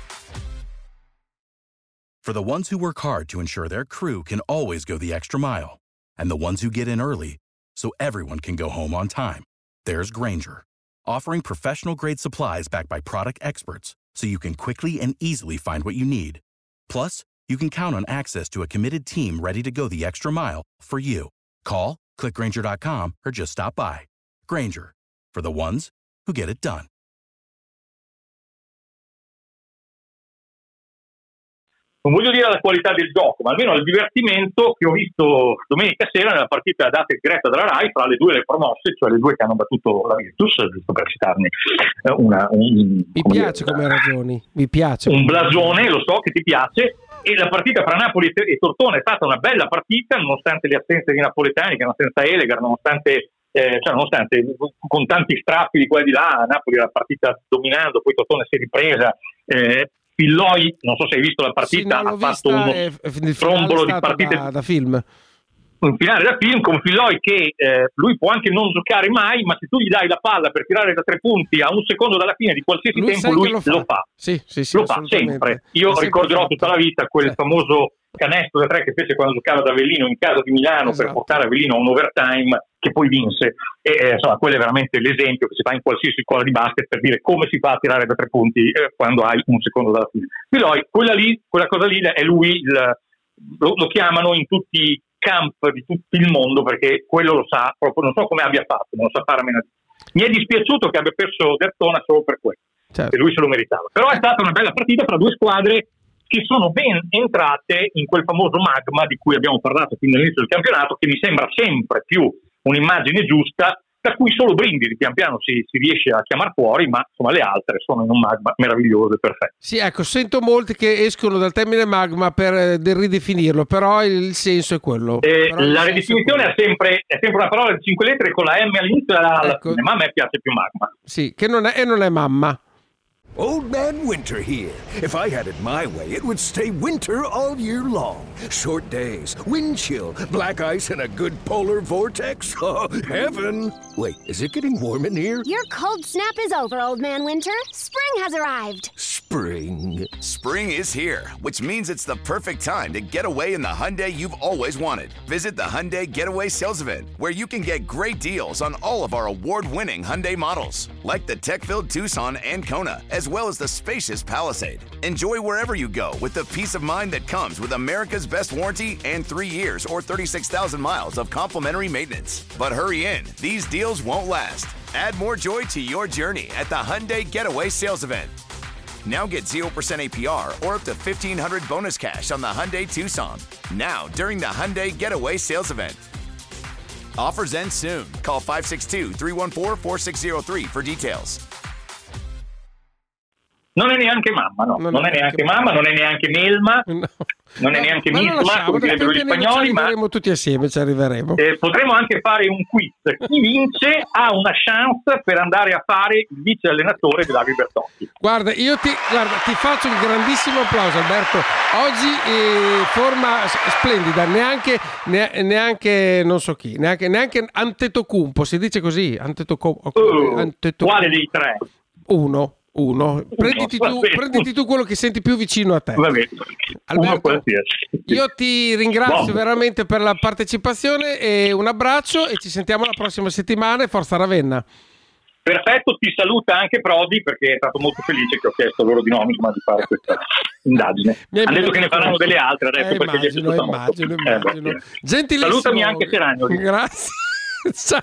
For the ones who work hard to ensure their crew can always go the extra mile, and the ones who get in early so everyone can go home on time, there's Grainger, offering professional-grade supplies backed by product experts so you can quickly and easily find what you need. Plus, you can count on access to a committed team ready to go the extra mile for you. Call, click Grainger dot com, or just stop by. Grainger, for the ones who get it done. Non voglio dire la qualità del gioco, ma almeno il divertimento che ho visto domenica sera nella partita data in diretta dalla Rai fra le due le promosse, cioè le due che hanno battuto la Virtus, giusto per citarne una. Un, Mi come piace dire, come ragioni, mi piace. Un blasone, lo so che ti piace, e la partita fra Napoli e Tortona è stata una bella partita, nonostante le assenze di napoletani, che erano senza Elegar, nonostante, eh, cioè nonostante con tanti strappi di qua e di là, Napoli era partita dominando, poi Tortona si è ripresa. Eh, Pilloi, non so se hai visto la partita, sì, no, ha fatto uno eh, rombolo di partite da, da film. un finale da film con Phil Loy che eh, lui può anche non giocare mai, ma se tu gli dai la palla per tirare da tre punti a un secondo dalla fine di qualsiasi lui tempo, lui lo fa. lo fa, sì, sì, sì, lo fa sempre. Io ricorderò tutta la vita quel sì. famoso canestro da tre che fece quando giocava ad Avellino in casa di Milano, esatto, per portare Avellino a un overtime che poi vinse, e eh, insomma quello è veramente l'esempio che si fa in qualsiasi scuola di basket per dire come si fa a tirare da tre punti eh, quando hai un secondo dalla fine. Phil Loy, quella lì, quella cosa lì è lui, il, lo, lo chiamano in tutti i camp di tutto il mondo perché quello lo sa proprio, non so come abbia fatto, non lo sa fare a meno. Mi è dispiaciuto che abbia perso Dertona solo per questo, certo, e lui se lo meritava, però è stata una bella partita fra due squadre che sono ben entrate in quel famoso magma di cui abbiamo parlato fin dall'inizio del campionato, che mi sembra sempre più un'immagine giusta, da cui solo Brindisi pian piano si, si riesce a chiamare fuori, ma insomma le altre sono in un magma meraviglioso e perfetto. Sì, ecco, sento molti che escono dal termine magma per eh, ridefinirlo, però il, il senso è quello. Eh, la ridefinizione è, è, sempre, è sempre una parola di cinque lettere con la M all'inizio e la alla ecco. fine, ma a me piace più magma. Sì, che non è, e non è mamma. Old Man Winter here. If I had it my way, it would stay winter all year long. Short days, wind chill, black ice, and a good polar vortex. Oh, heaven! Wait, is it getting warm in here? Your cold snap is over, Old Man Winter. Spring has arrived. Spring. Spring is here, which means it's the perfect time to get away in the Hyundai you've always wanted. Visit the Hyundai Getaway Sales Event, where you can get great deals on all of our award-winning Hyundai models, like the tech-filled Tucson and Kona, as well as the spacious Palisade. Enjoy wherever you go with the peace of mind that comes with America's best warranty and three years or thirty-six thousand miles of complimentary maintenance. But hurry in, these deals won't last. Add more joy to your journey at the Hyundai Getaway Sales Event. Now get zero percent A P R or up to fifteen hundred dollars bonus cash on the Hyundai Tucson. Now, during the Hyundai Getaway Sales Event. Offers end soon. Call five six two, three one four, four six zero three for details. Non è neanche mamma, no. Non, non è neanche mamma, mamma, non è neanche Melma, no. non è no, neanche Misma, come direbbero gli spagnoli, ci arriveremo ma tutti assieme, ci arriveremo. Eh, potremo anche fare un quiz. Chi vince ha una chance per andare a fare il vice allenatore dell'Agri Bertotti. Guarda, io ti, guarda, ti faccio un grandissimo applauso, Alberto. Oggi eh, forma splendida, neanche, ne, neanche non so chi, neanche, neanche Antetokounmpo, si dice così? Antetokounmpo. Uh, Antetokounmpo. Quale dei tre? Uno. Uno, prenditi tu, prenditi tu quello che senti più vicino a te. Alberto, io ti ringrazio Buon. veramente per la partecipazione e un abbraccio e ci sentiamo la prossima settimana e forza Ravenna. Perfetto, ti saluta anche Prodi perché è stato molto felice che ho chiesto loro di no, insomma, di fare questa indagine. Ha detto che ne faranno delle altre adesso eh, perché immagino, gli è piaciuta immagino, molto. immagino. Eh, Gentilissimo. Salutami anche Seragnoli. Grazie. Ciao.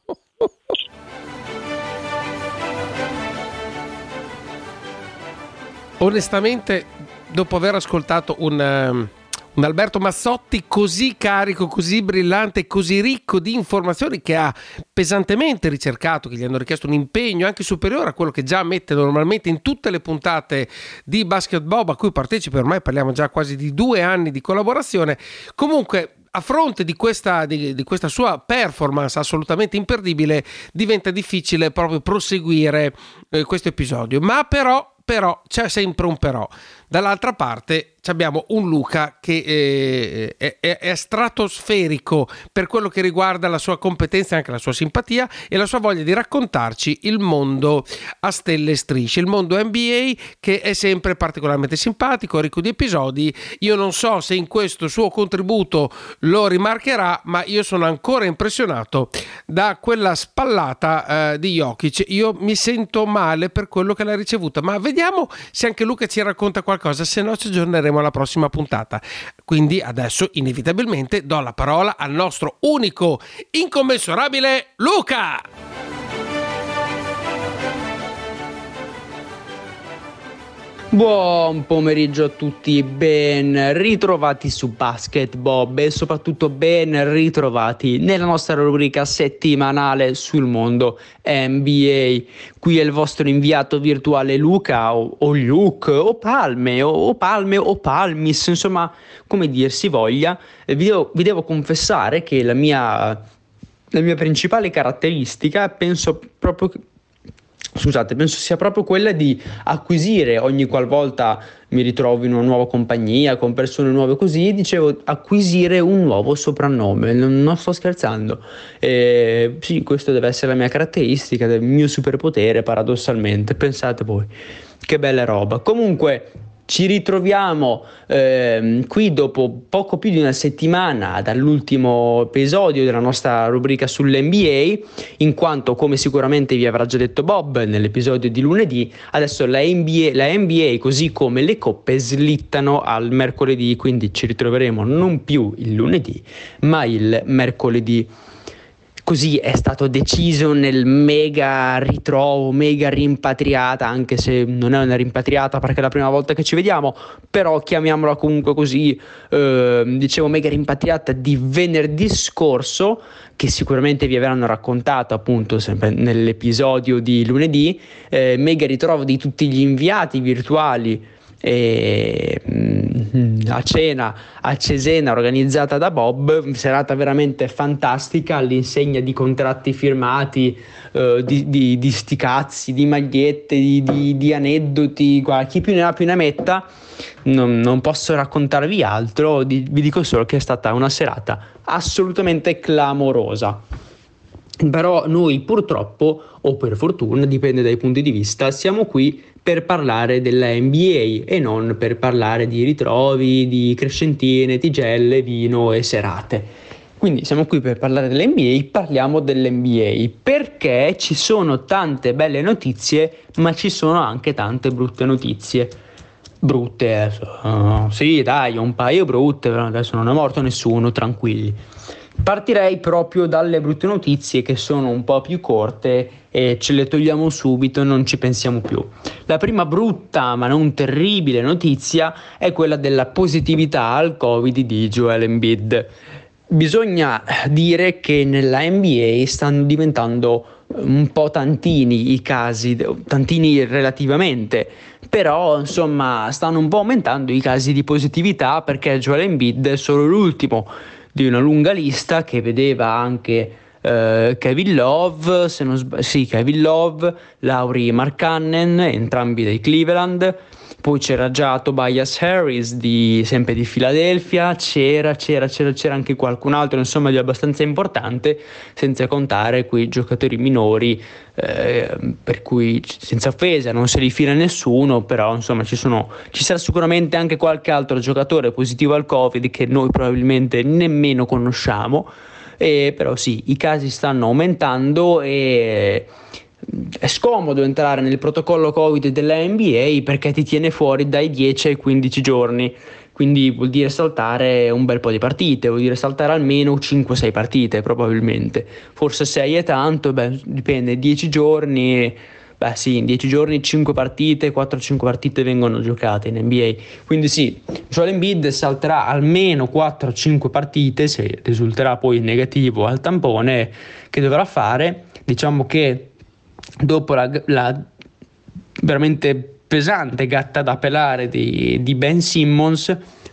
Onestamente, dopo aver ascoltato un, um, un Alberto Mazzotti così carico, così brillante, così ricco di informazioni, che ha pesantemente ricercato, che gli hanno richiesto un impegno anche superiore a quello che già mette normalmente in tutte le puntate di Basket Bob a cui partecipa, ormai parliamo già quasi di due anni di collaborazione. Comunque, a fronte di questa, di, di questa sua performance assolutamente imperdibile, diventa difficile proprio proseguire eh, questo episodio, ma però però c'è sempre un però. Dall'altra parte abbiamo un Luca che eh, è, è, è stratosferico per quello che riguarda la sua competenza e anche la sua simpatia e la sua voglia di raccontarci il mondo a stelle e strisce, il mondo N B A, che è sempre particolarmente simpatico, ricco di episodi. Io non so se in questo suo contributo lo rimarcherà, ma io sono ancora impressionato da quella spallata eh, di Jokic. Io mi sento male per quello che l'ha ricevuta, ma vediamo se anche Luca ci racconta qualcosa, se no ci aggiorneremo alla prossima puntata. Quindi adesso inevitabilmente do la parola al nostro unico, incommensurabile Luca. Buon pomeriggio a tutti, ben ritrovati su Basket Bob e soprattutto ben ritrovati nella nostra rubrica settimanale sul mondo N B A. Qui è il vostro inviato virtuale Luca o, o Luke o Palme o, o Palme o Palmis, insomma come dir si voglia. Vi devo, vi devo confessare che la mia, la mia principale caratteristica penso proprio che Scusate, penso sia proprio quella di acquisire ogni qualvolta mi ritrovo in una nuova compagnia con persone nuove così, dicevo acquisire un nuovo soprannome, non, non sto scherzando. E sì, questo deve essere la mia caratteristica, il mio superpotere paradossalmente, pensate voi, che bella roba. Comunque ci ritroviamo eh, qui dopo poco più di una settimana dall'ultimo episodio della nostra rubrica sull'N B A, in quanto, come sicuramente vi avrà già detto Bob nell'episodio di lunedì, adesso la N B A, la N B A così come le coppe slittano al mercoledì, quindi ci ritroveremo non più il lunedì ma il mercoledì. Così è stato deciso nel mega ritrovo, mega rimpatriata, anche se non è una rimpatriata perché è la prima volta che ci vediamo, però chiamiamola comunque così, eh, dicevo mega rimpatriata di venerdì scorso, che sicuramente vi avranno raccontato appunto sempre nell'episodio di lunedì, eh, mega ritrovo di tutti gli inviati virtuali e a cena a Cesena organizzata da Bob, serata veramente fantastica all'insegna di contratti firmati, eh, di, di, di sti cazzi, di magliette, di, di, di aneddoti, guarda, chi più ne ha più ne metta. Non, non posso raccontarvi altro, di, vi dico solo che è stata una serata assolutamente clamorosa. Però noi purtroppo, o per fortuna, dipende dai punti di vista, siamo qui per parlare della N B A e non per parlare di ritrovi, di crescentine, tigelle, vino e serate. Quindi siamo qui per parlare dell'N B A, parliamo dell'N B A perché ci sono tante belle notizie, ma ci sono anche tante brutte notizie. Brutte, uh, sì dai, un paio brutte, però adesso non è morto nessuno, tranquilli. Partirei proprio dalle brutte notizie, che sono un po' più corte e ce le togliamo subito e non ci pensiamo più. La prima brutta ma non terribile notizia è quella della positività al Covid di Joel Embiid. Bisogna dire che nella N B A stanno diventando un po' tantini i casi, tantini relativamente, però insomma stanno un po' aumentando i casi di positività, perché Joel Embiid è solo l'ultimo di una lunga lista che vedeva anche eh, Kevin Love, se non sb- sì, Kevin Love, Lauri Markkanen, entrambi dei Cleveland, poi c'era già Tobias Harris di, sempre di Philadelphia, c'era, c'era, c'era, c'era anche qualcun altro insomma di abbastanza importante, senza contare quei giocatori minori, eh, per cui senza offesa non se li fila nessuno, però insomma ci sono ci sarà sicuramente anche qualche altro giocatore positivo al Covid che noi probabilmente nemmeno conosciamo, eh, però sì, i casi stanno aumentando e è scomodo entrare nel protocollo Covid della N B A perché ti tiene fuori dai dieci ai quindici giorni, quindi vuol dire saltare un bel po' di partite, vuol dire saltare almeno cinque sei partite probabilmente, forse sei è tanto, beh dipende, dieci giorni, beh sì, in dieci giorni cinque partite, quattro cinque partite vengono giocate in N B A, quindi sì, Joel Embiid salterà almeno quattro cinque partite se risulterà poi negativo al tampone che dovrà fare. Diciamo che dopo la, la veramente pesante gatta da pelare di, di Ben Simmons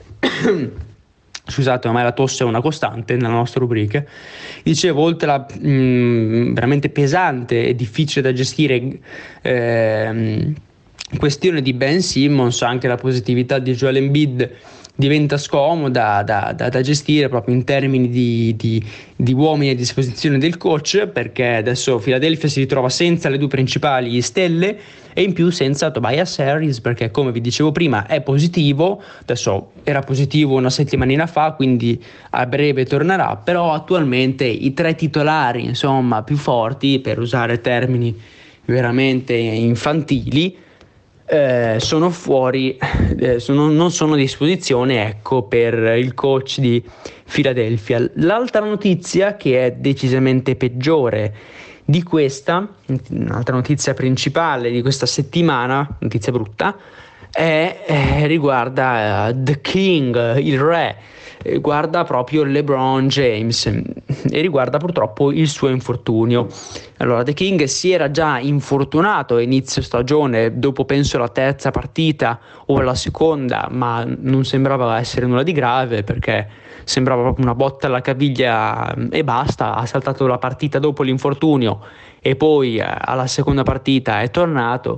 scusate, ormai la tosse è una costante nella nostra rubrica, dicevo, oltre la mh, veramente pesante e difficile da gestire eh, questione di Ben Simmons, anche la positività di Joel Embiid diventa scomoda da, da, da gestire proprio in termini di, di, di uomini a disposizione del coach, perché adesso Philadelphia si ritrova senza le due principali stelle e in più senza Tobias Harris, perché come vi dicevo prima è positivo, adesso era positivo una settimanina fa, quindi a breve tornerà, però attualmente i tre titolari insomma più forti, per usare termini veramente infantili, Eh, sono fuori, eh, sono, non sono a disposizione, ecco, per il coach di Philadelphia. L'altra notizia, che è decisamente peggiore di questa, un'altra notizia principale di questa settimana, notizia brutta, è, è riguarda uh, The King, il re, guarda proprio LeBron James e riguarda purtroppo il suo infortunio. Allora, The King si era già infortunato a inizio stagione, dopo penso la terza partita o la seconda, ma non sembrava essere nulla di grave perché sembrava proprio una botta alla caviglia e basta. Ha saltato la partita dopo l'infortunio e poi alla seconda partita è tornato.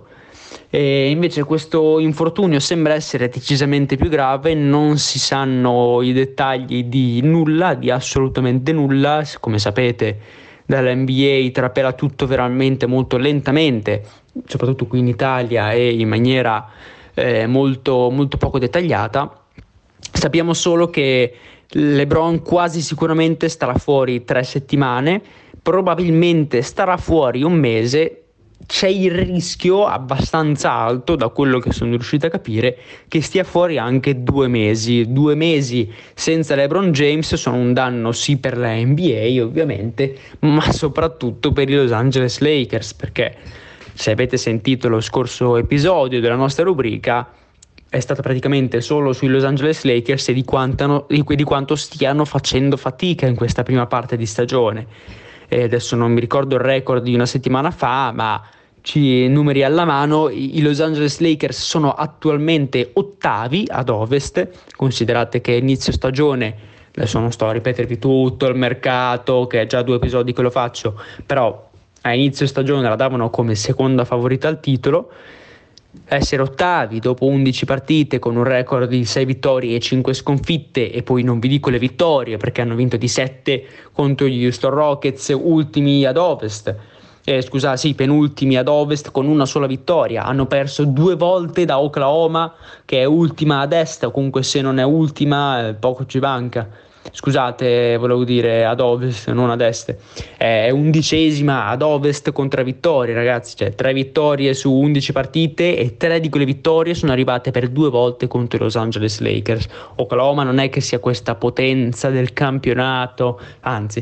E invece questo infortunio sembra essere decisamente più grave, non si sanno i dettagli di nulla, di assolutamente nulla. Come sapete, dall'N B A trapela tutto veramente molto lentamente, soprattutto qui in Italia, e in maniera eh, molto, molto poco dettagliata. Sappiamo solo che LeBron quasi sicuramente starà fuori tre settimane, probabilmente starà fuori un mese. C'è il rischio abbastanza alto, da quello che sono riuscito a capire, che stia fuori anche due mesi. Due mesi senza LeBron James sono un danno sì per la N B A ovviamente, ma soprattutto per i Los Angeles Lakers, perché se avete sentito lo scorso episodio della nostra rubrica è stato praticamente solo sui Los Angeles Lakers e di quanto, di, di quanto stiano facendo fatica in questa prima parte di stagione. E adesso non mi ricordo il record di una settimana fa, ma ci, numeri alla mano, i Los Angeles Lakers sono attualmente ottavi ad Ovest. Considerate che inizio stagione, adesso non sto a ripetervi tutto il mercato, che è già due episodi che lo faccio, però a inizio stagione la davano come seconda favorita al titolo. Essere ottavi dopo undici partite con un record di sei vittorie e cinque sconfitte, e poi non vi dico le vittorie perché hanno vinto di sette contro gli Houston Rockets, ultimi ad Ovest, eh, scusa sì penultimi ad Ovest con una sola vittoria. Hanno perso due volte da Oklahoma, che è ultima ad est, o comunque se non è ultima eh, poco ci manca. Scusate, volevo dire ad ovest, non ad est. È undicesima ad ovest con tre vittorie, ragazzi. Cioè, tre vittorie su undici partite, e tre di quelle vittorie sono arrivate per due volte contro i Los Angeles Lakers. Oklahoma non è che sia questa potenza del campionato, anzi,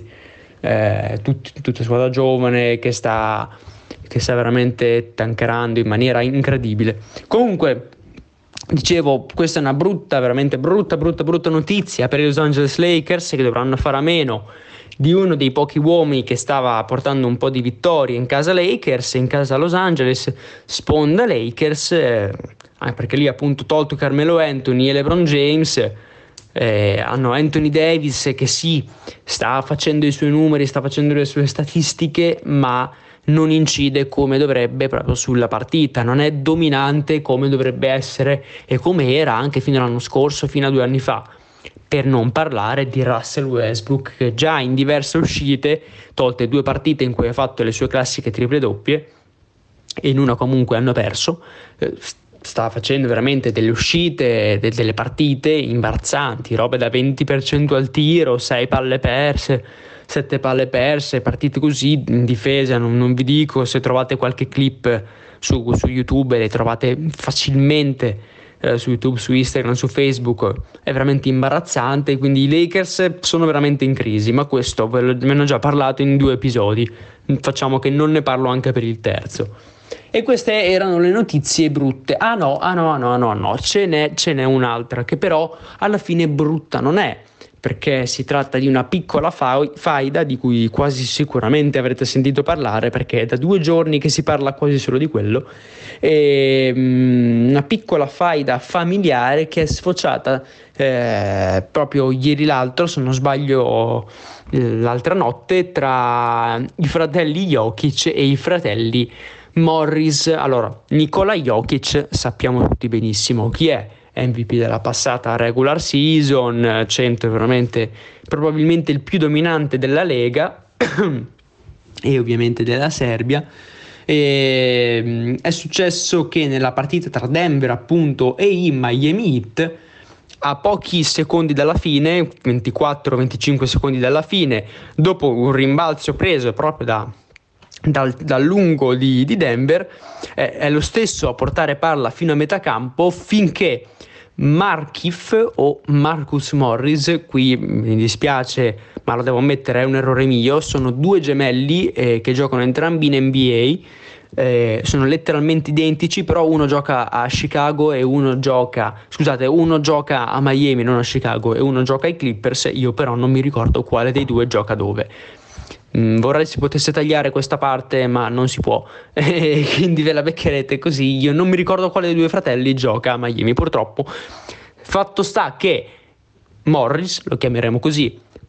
è tut, tutta squadra giovane che sta, che sta veramente tankerando in maniera incredibile. Comunque, dicevo, questa è una brutta, veramente brutta, brutta, brutta notizia per i Los Angeles Lakers, che dovranno fare a meno di uno dei pochi uomini che stava portando un po' di vittorie in casa Lakers, in casa Los Angeles, sponda Lakers, eh, perché lì appunto tolto Carmelo Anthony e LeBron James, eh, hanno Anthony Davis che sì, sta facendo i suoi numeri, sta facendo le sue statistiche, ma non incide come dovrebbe proprio sulla partita, non è dominante come dovrebbe essere e come era anche fino all'anno scorso, fino a due anni fa. Per non parlare di Russell Westbrook, che già in diverse uscite, tolte due partite in cui ha fatto le sue classiche triple doppie e in una comunque hanno perso, sta facendo veramente delle uscite, de- delle partite imbarazzanti, robe da venti per cento al tiro, sei palle perse, sette palle perse, partite così in difesa. Non, non vi dico, se trovate qualche clip su, su YouTube, le trovate facilmente eh, su YouTube, su Instagram, su Facebook, è veramente imbarazzante. Quindi i Lakers sono veramente in crisi, ma questo ve ne ho già parlato in due episodi, facciamo che non ne parlo anche per il terzo. E queste erano le notizie brutte. Ah no, ah no, ah no, ah no, no, ce n'è, ce n'è un'altra che però alla fine brutta non è, perché si tratta di una piccola fa- faida di cui quasi sicuramente avrete sentito parlare, perché è da due giorni che si parla quasi solo di quello. E, um, una piccola faida familiare che è sfociata eh, proprio ieri l'altro, se non sbaglio l'altra notte, tra i fratelli Jokic e i fratelli Morris. Allora, Nikola Jokic sappiamo tutti benissimo chi è, M V P della passata regular season, centro veramente probabilmente il più dominante della Lega e ovviamente della Serbia. E è successo che nella partita tra Denver appunto e i Miami Heat, a pochi secondi dalla fine, ventiquattro venticinque secondi dalla fine, dopo un rimbalzo preso proprio da Dal, dal lungo di, di Denver, eh, è lo stesso a portare palla fino a metà campo finché Markieff o Marcus Morris, qui mi dispiace ma lo devo ammettere, è un errore mio, sono due gemelli eh, che giocano entrambi in N B A, eh, sono letteralmente identici, però uno gioca a Chicago e uno gioca scusate uno gioca a Miami, non a Chicago, e uno gioca ai Clippers. Io però non mi ricordo quale dei due gioca dove. Vorrei si potesse tagliare questa parte, ma non si può, e quindi ve la beccherete così. Io non mi ricordo quale dei due fratelli gioca a Miami, purtroppo. Fatto sta che Morris, lo chiameremo così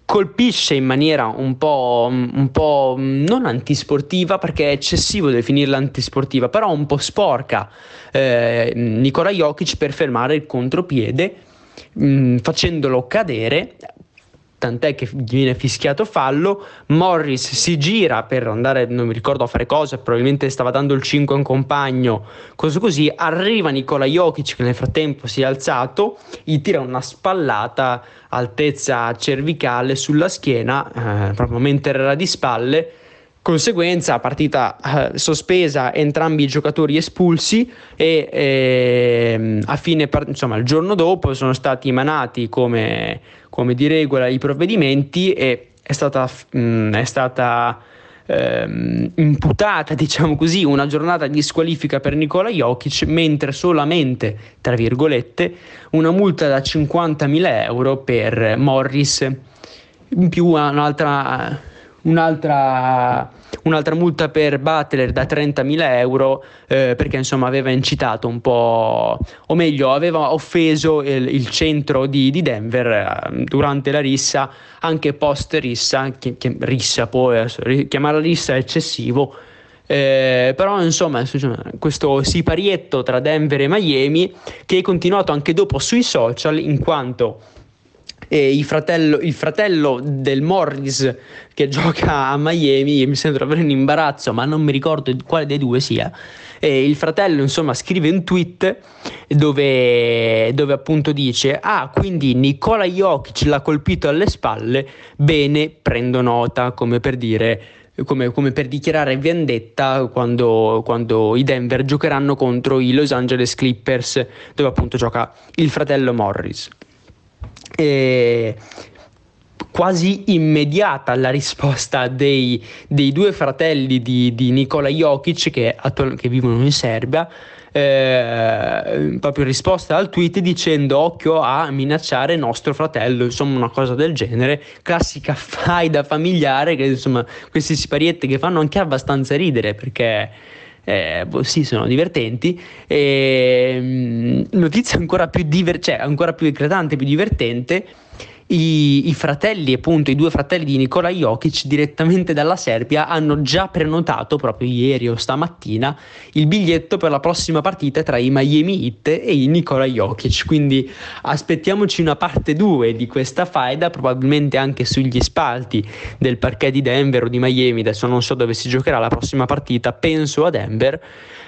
colpisce in maniera un po', un po' non antisportiva, perché è eccessivo definirla antisportiva, però un po' sporca, eh, Nikola Jokic per fermare il contropiede, mh, facendolo cadere, tant'è che gli viene fischiato fallo. Morris si gira per andare, non mi ricordo a fare cosa, probabilmente stava dando il cinque a un compagno, cose così. Arriva Nikola Jokic che nel frattempo si è alzato, gli tira una spallata altezza cervicale sulla schiena, eh, proprio mentre era di spalle. Conseguenza, partita eh, sospesa, entrambi i giocatori espulsi, e eh, a fine part- insomma il giorno dopo sono stati emanati come, come di regola i provvedimenti, e è stata, mh, è stata ehm, imputata, diciamo così, una giornata di squalifica per Nikola Jokic, mentre solamente, tra virgolette, una multa da cinquantamila euro per Morris, in più un'altra Un'altra, un'altra multa per Butler da trentamila euro, eh, perché insomma aveva incitato un po', o meglio aveva offeso il, il centro di, di Denver eh, durante la rissa, anche post rissa, chi, chi, rissa poi, chiamarla rissa è eccessivo, eh, però insomma questo siparietto tra Denver e Miami che è continuato anche dopo sui social, in quanto E il, fratello, il fratello del Morris che gioca a Miami, mi sento avere un imbarazzo ma non mi ricordo quale dei due sia, e il fratello insomma scrive un tweet dove, dove appunto dice: ah, quindi Nikola Jokic l'ha colpito alle spalle, bene, prendo nota, come per dire, come, come per dichiarare vendetta quando, quando i Denver giocheranno contro i Los Angeles Clippers, dove appunto gioca il fratello Morris. E quasi immediata la risposta dei, dei due fratelli di, di Nikola Jokic che, attual- che vivono in Serbia, eh, proprio risposta al tweet dicendo: occhio a minacciare nostro fratello, insomma una cosa del genere, classica faida familiare, che insomma questi siparietti che fanno anche abbastanza ridere, perché Eh, sì, sono divertenti. E, mh, notizia ancora più diver- cioè, ancora più eclatante, più divertente: i, i fratelli, appunto i due fratelli di Nikola Jokic, direttamente dalla Serbia, hanno già prenotato proprio ieri o stamattina il biglietto per la prossima partita tra i Miami Heat e i Nikola Jokic, quindi aspettiamoci una parte due di questa faida, probabilmente anche sugli spalti del parquet di Denver o di Miami. Adesso non so dove si giocherà la prossima partita, penso a Denver.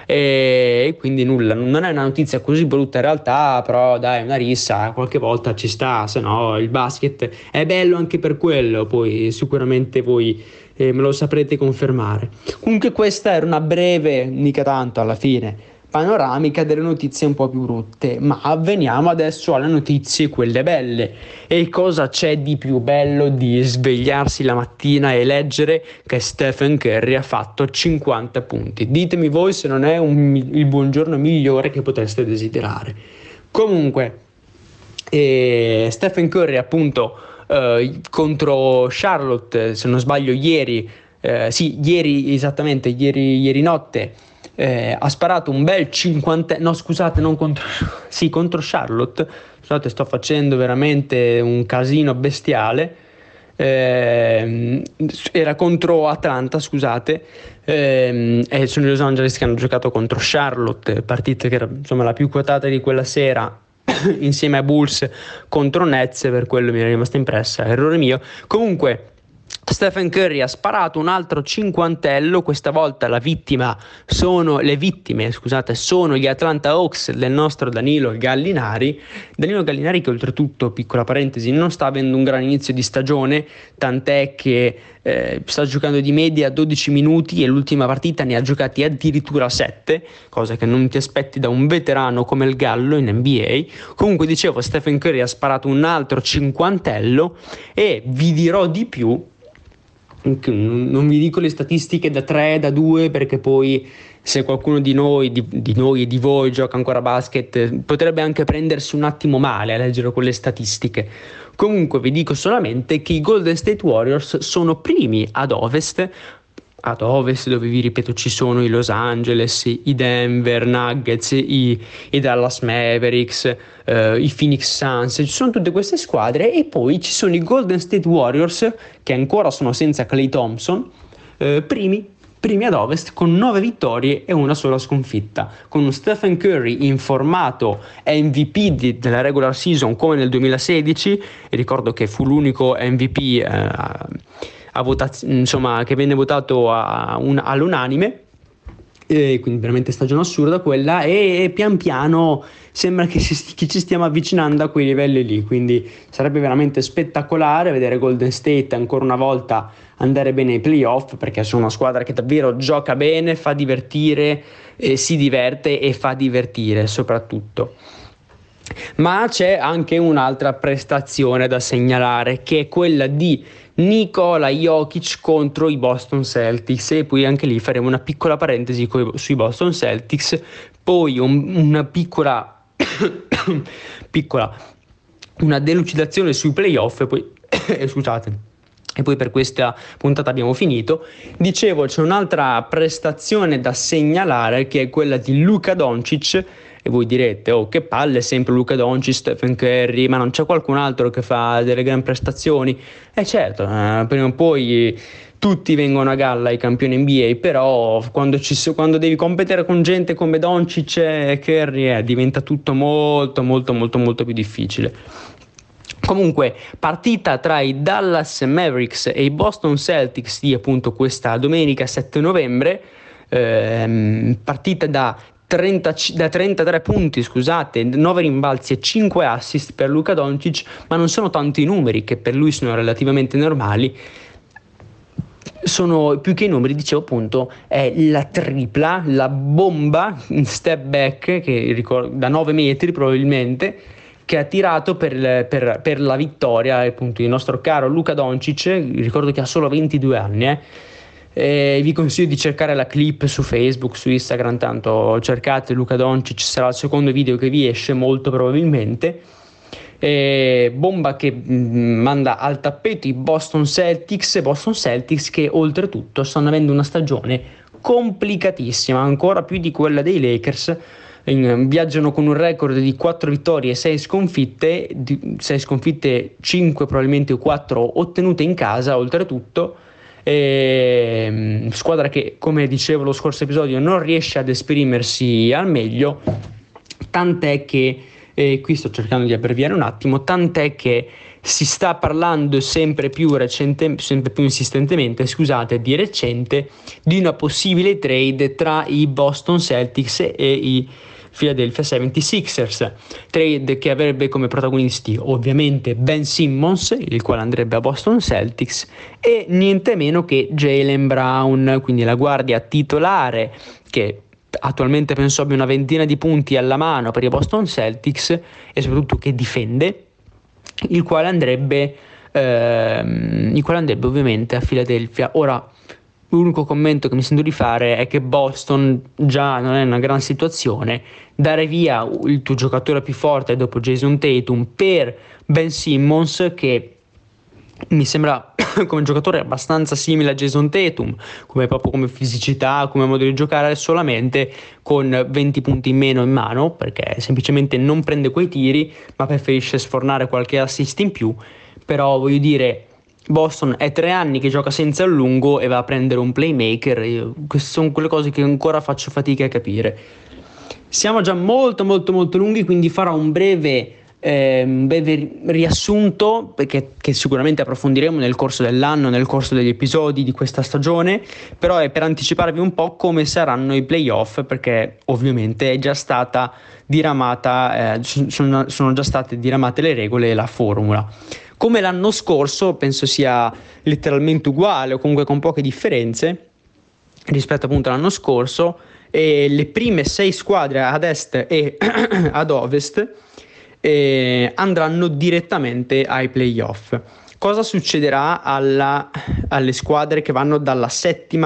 E quindi nulla, non è una notizia così brutta in realtà, però dai, una rissa qualche volta ci sta, se no il basket è bello anche per quello, poi sicuramente voi eh, me lo saprete confermare. Comunque questa era una breve, mica tanto alla fine, panoramica delle notizie un po' più brutte, ma veniamo adesso alle notizie, quelle belle. E cosa c'è di più bello di svegliarsi la mattina e leggere che Stephen Curry ha fatto cinquanta punti? Ditemi voi se non è un, il buongiorno migliore che potreste desiderare. Comunque eh, Stephen Curry appunto eh, contro Charlotte, se non sbaglio ieri, eh, sì ieri esattamente ieri, ieri notte, Eh, ha sparato un bel cinquanta, no scusate, non contro, sì contro Charlotte, scusate, sto facendo veramente un casino bestiale, eh, era contro Atlanta, scusate, eh, e sono i Los Angeles che hanno giocato contro Charlotte, partita che era insomma la più quotata di quella sera insieme a Bulls contro Nets, per quello mi è rimasta impressa, errore mio. Comunque Stephen Curry ha sparato un altro cinquantello, questa volta la vittima sono le vittime, scusate, sono gli Atlanta Hawks del nostro Danilo Gallinari. Danilo Gallinari che oltretutto, piccola parentesi, non sta avendo un gran inizio di stagione, tant'è che eh, sta giocando di media dodici minuti e l'ultima partita ne ha giocati addirittura sette, cosa che non ti aspetti da un veterano come il Gallo in N B A. Comunque dicevo, Stephen Curry ha sparato un altro cinquantello e vi dirò di più. Non vi dico le statistiche da tre, da due, perché poi se qualcuno di noi, di, di noi e di voi gioca ancora a basket, potrebbe anche prendersi un attimo male a leggere quelle statistiche. Comunque vi dico solamente che i Golden State Warriors sono primi ad Ovest ad ovest, dove vi ripeto ci sono i Los Angeles, i Denver Nuggets, i, i Dallas Mavericks, eh, i Phoenix Suns, ci sono tutte queste squadre, e poi ci sono i Golden State Warriors che ancora sono senza Klay Thompson, eh, primi primi ad ovest con nove vittorie e una sola sconfitta, con un Stephen Curry in formato M V P di, della regular season come nel duemilasedici, e ricordo che fu l'unico M V P eh, a votaz- insomma, che venne votato a un- all'unanime, e quindi veramente stagione assurda quella, e, e pian piano sembra che, si, che ci stiamo avvicinando a quei livelli lì, quindi sarebbe veramente spettacolare vedere Golden State ancora una volta andare bene ai playoff, perché sono una squadra che davvero gioca bene, fa divertire, eh, si diverte e fa divertire soprattutto. Ma c'è anche un'altra prestazione da segnalare, che è quella di Nikola Jokic contro i Boston Celtics, e poi anche lì faremo una piccola parentesi coi, sui Boston Celtics, poi un, una piccola piccola una delucidazione sui playoff, e poi scusate, e poi per questa puntata abbiamo finito. Dicevo, c'è un'altra prestazione da segnalare, che è quella di Luka Doncic, e voi direte, oh che palle, sempre Luka Doncic, Stephen Curry, ma non c'è qualcun altro che fa delle gran prestazioni? E eh certo, eh, prima o poi tutti vengono a galla i campioni N B A, però quando, ci, quando devi competere con gente come Doncic e Curry eh, diventa tutto molto molto molto molto più difficile. Comunque, partita tra i Dallas Mavericks e i Boston Celtics di appunto questa domenica sette novembre, ehm, partita da trenta, da trentatré punti, scusate, nove rimbalzi e cinque assist per Luka Doncic, ma non sono tanti i numeri, che per lui sono relativamente normali. Sono più che i numeri, dicevo appunto, è la tripla, la bomba in step back, che ricordo, da nove metri probabilmente, che ha tirato per, per, per la vittoria, appunto, il nostro caro Luka Doncic. Ricordo che ha solo ventidue anni, eh. E vi consiglio di cercare la clip su Facebook, su Instagram, tanto cercate Luka Doncic, sarà il secondo video che vi esce molto probabilmente. E bomba che mh, manda al tappeto i Boston Celtics, Boston Celtics che oltretutto stanno avendo una stagione complicatissima, ancora più di quella dei Lakers. In, viaggiano con un record di quattro vittorie e sei sconfitte, sei sconfitte, cinque probabilmente o quattro ottenute in casa oltretutto. E, squadra che, come dicevo lo scorso episodio, non riesce ad esprimersi al meglio, tant'è che e qui sto cercando di abbreviare un attimo, tant'è che si sta parlando sempre più recente, sempre più insistentemente, scusate, di recente, di una possibile trade tra i Boston Celtics e i Philadelphia seventy-sixers, trade che avrebbe come protagonisti ovviamente Ben Simmons, il quale andrebbe a Boston Celtics, e niente meno che Jaylen Brown, quindi la guardia titolare che attualmente penso abbia una ventina di punti alla mano per i Boston Celtics e soprattutto che difende, il quale andrebbe ehm, il quale andrebbe ovviamente a Philadelphia. Ora, l'unico commento che mi sento di fare è che Boston già non è in una gran situazione. Dare via il tuo giocatore più forte dopo Jason Tatum per Ben Simmons, che mi sembra come giocatore abbastanza simile a Jason Tatum, come proprio come fisicità, come modo di giocare, solamente con venti punti in meno in mano, perché semplicemente non prende quei tiri ma preferisce sfornare qualche assist in più. Però voglio dire, Boston è tre anni che gioca senza il lungo e va a prendere un playmaker. Io, queste sono quelle cose che ancora faccio fatica a capire. Siamo già molto molto molto lunghi, quindi farò un breve Eh, un breve riassunto, perché che sicuramente approfondiremo nel corso dell'anno, nel corso degli episodi di questa stagione, però è per anticiparvi un po' come saranno i playoff, perché ovviamente è già stata diramata, eh, sono, sono già state diramate le regole e la formula. Come l'anno scorso, penso sia letteralmente uguale o comunque con poche differenze rispetto appunto all'anno scorso, e le prime sei squadre ad est e ad ovest Eh, andranno direttamente ai playoff. Cosa succederà alla, alle squadre che vanno dalla settima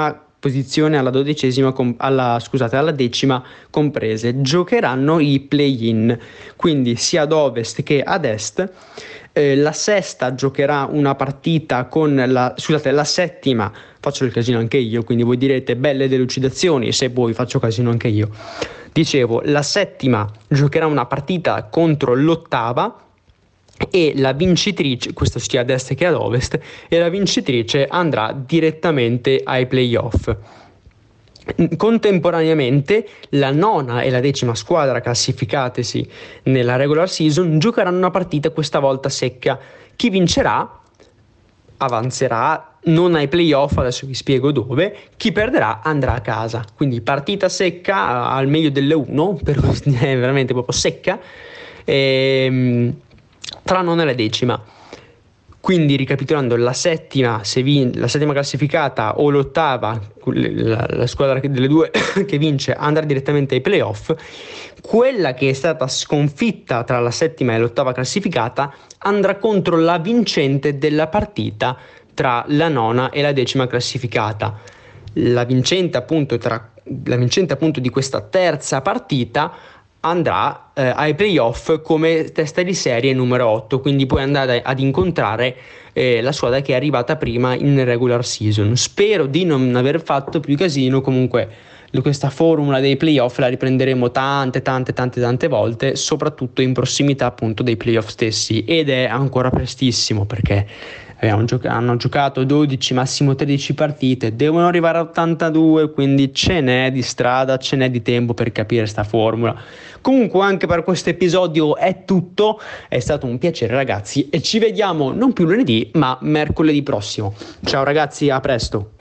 posizione alla dodicesima, alla, scusate, alla decima comprese. Giocheranno i play-in, quindi sia ad ovest che ad est. Eh, la sesta giocherà una partita con la, scusate, la settima, faccio il casino anche io, quindi voi direte belle delucidazioni, se voi faccio casino anche io. Dicevo, la settima giocherà una partita contro l'ottava e la vincitrice, questo sia ad est che ad ovest, e la vincitrice andrà direttamente ai playoff. Contemporaneamente la nona e la decima squadra classificatesi nella regular season giocheranno una partita questa volta secca. Chi vincerà avanzerà non ai playoff, adesso vi spiego dove. Chi perderà andrà a casa, quindi partita secca al meglio delle uno, per cui è veramente proprio secca, ehm, tra nona e la decima. Quindi ricapitolando, la settima, se vin- la settima classificata o l'ottava, la, la squadra delle due che vince andrà direttamente ai playoff. Quella che è stata sconfitta tra la settima e l'ottava classificata andrà contro la vincente della partita tra la nona e la decima classificata. La vincente appunto, tra, la vincente appunto di questa terza partita andrà eh, ai playoff come testa di serie numero otto, quindi puoi andare ad incontrare eh, la squadra che è arrivata prima in regular season. Spero di non aver fatto più casino, comunque questa formula dei playoff la riprenderemo tante tante tante tante volte, soprattutto in prossimità appunto dei playoff stessi, ed è ancora prestissimo perché abbiamo gioc- hanno giocato dodici, massimo tredici partite, devono arrivare a ottantadue, quindi ce n'è di strada, ce n'è di tempo per capire sta formula. Comunque anche per questo episodio è tutto, è stato un piacere ragazzi e ci vediamo non più lunedì ma mercoledì prossimo. Ciao ragazzi, a presto.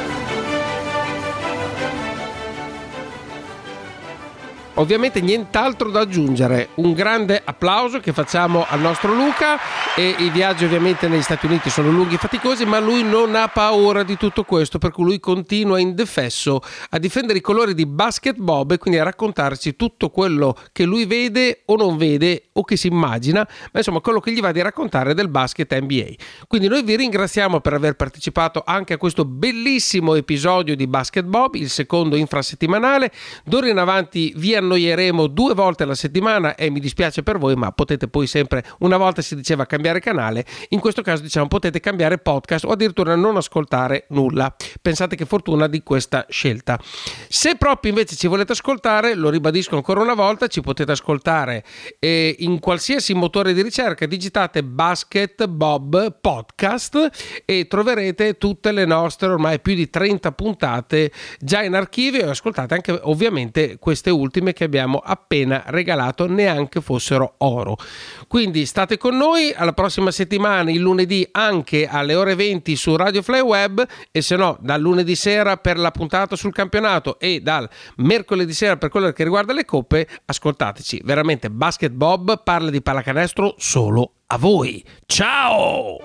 Ovviamente nient'altro da aggiungere, un grande applauso che facciamo al nostro Luca, e i viaggi ovviamente negli Stati Uniti sono lunghi e faticosi, ma lui non ha paura di tutto questo, per cui lui continua indefesso a difendere i colori di Basket Bob e quindi a raccontarci tutto quello che lui vede o non vede o che si immagina, ma insomma quello che gli va di raccontare del basket N B A. Quindi noi vi ringraziamo per aver partecipato anche a questo bellissimo episodio di Basket Bob, il secondo infrasettimanale. D'ora in avanti vi annoieremo due volte alla settimana e mi dispiace per voi, ma potete poi sempre, una volta si diceva cambiare canale, in questo caso diciamo potete cambiare podcast o addirittura non ascoltare nulla. Pensate che fortuna di questa scelta. Se proprio invece ci volete ascoltare, lo ribadisco ancora una volta, ci potete ascoltare eh, in qualsiasi motore di ricerca, digitate Basket Bob Podcast e troverete tutte le nostre ormai più di trenta puntate già in archivio, e ascoltate anche ovviamente queste ultime che abbiamo appena regalato, neanche fossero oro. Quindi state con noi alla prossima settimana, il lunedì anche alle ore venti su Radio Fly Web, e se no dal lunedì sera per la puntata sul campionato e dal mercoledì sera per quello che riguarda le coppe. Ascoltateci, veramente Basket Bob parla di pallacanestro solo a voi. Ciao!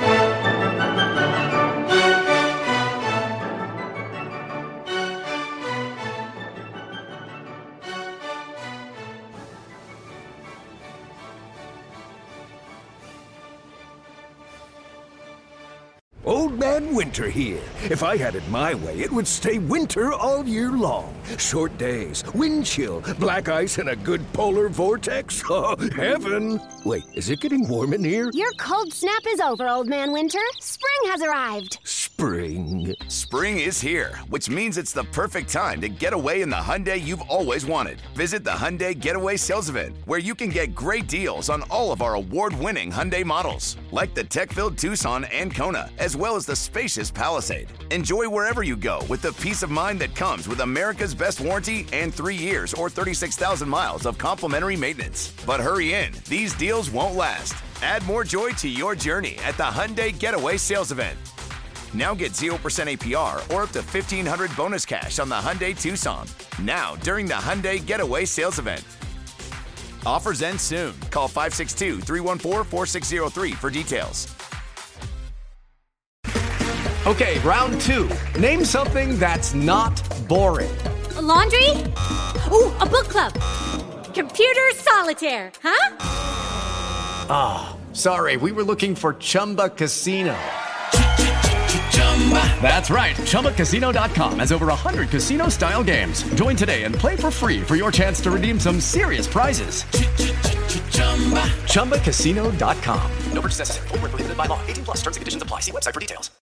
Old Man Winter here. If I had it my way, it would stay winter all year long. Short days, wind chill, black ice, and a good polar vortex. Oh, heaven! Wait, is it getting warm in here? Your cold snap is over, Old Man Winter. Spring has arrived. Spring. Spring is here, which means it's the perfect time to get away in the Hyundai you've always wanted. Visit the Hyundai Getaway Sales Event, where you can get great deals on all of our award-winning Hyundai models, like the tech-filled Tucson and Kona, as well as the spacious Palisade. Enjoy wherever you go with the peace of mind that comes with America's best warranty and three years or thirty-six thousand miles of complimentary maintenance. But hurry in, these deals won't last. Add more joy to your journey at the Hyundai Getaway Sales Event. Now get zero percent A P R or up to fifteen hundred dollars bonus cash on the Hyundai Tucson. Now, during the Hyundai Getaway Sales Event. Offers end soon. Call five six two, three one four, four six zero three for details. Okay, round two. Name something that's not boring. A laundry? Ooh, a book club. Computer solitaire, huh? Ah, oh, sorry, we were looking for Chumba Casino. That's right. Chumba Casino dot com has over one hundred casino-style games. Join today and play for free for your chance to redeem some serious prizes. Chumba Casino dot com. No purchase necessary. Void where prohibited by law. eighteen plus terms and conditions apply. See website for details.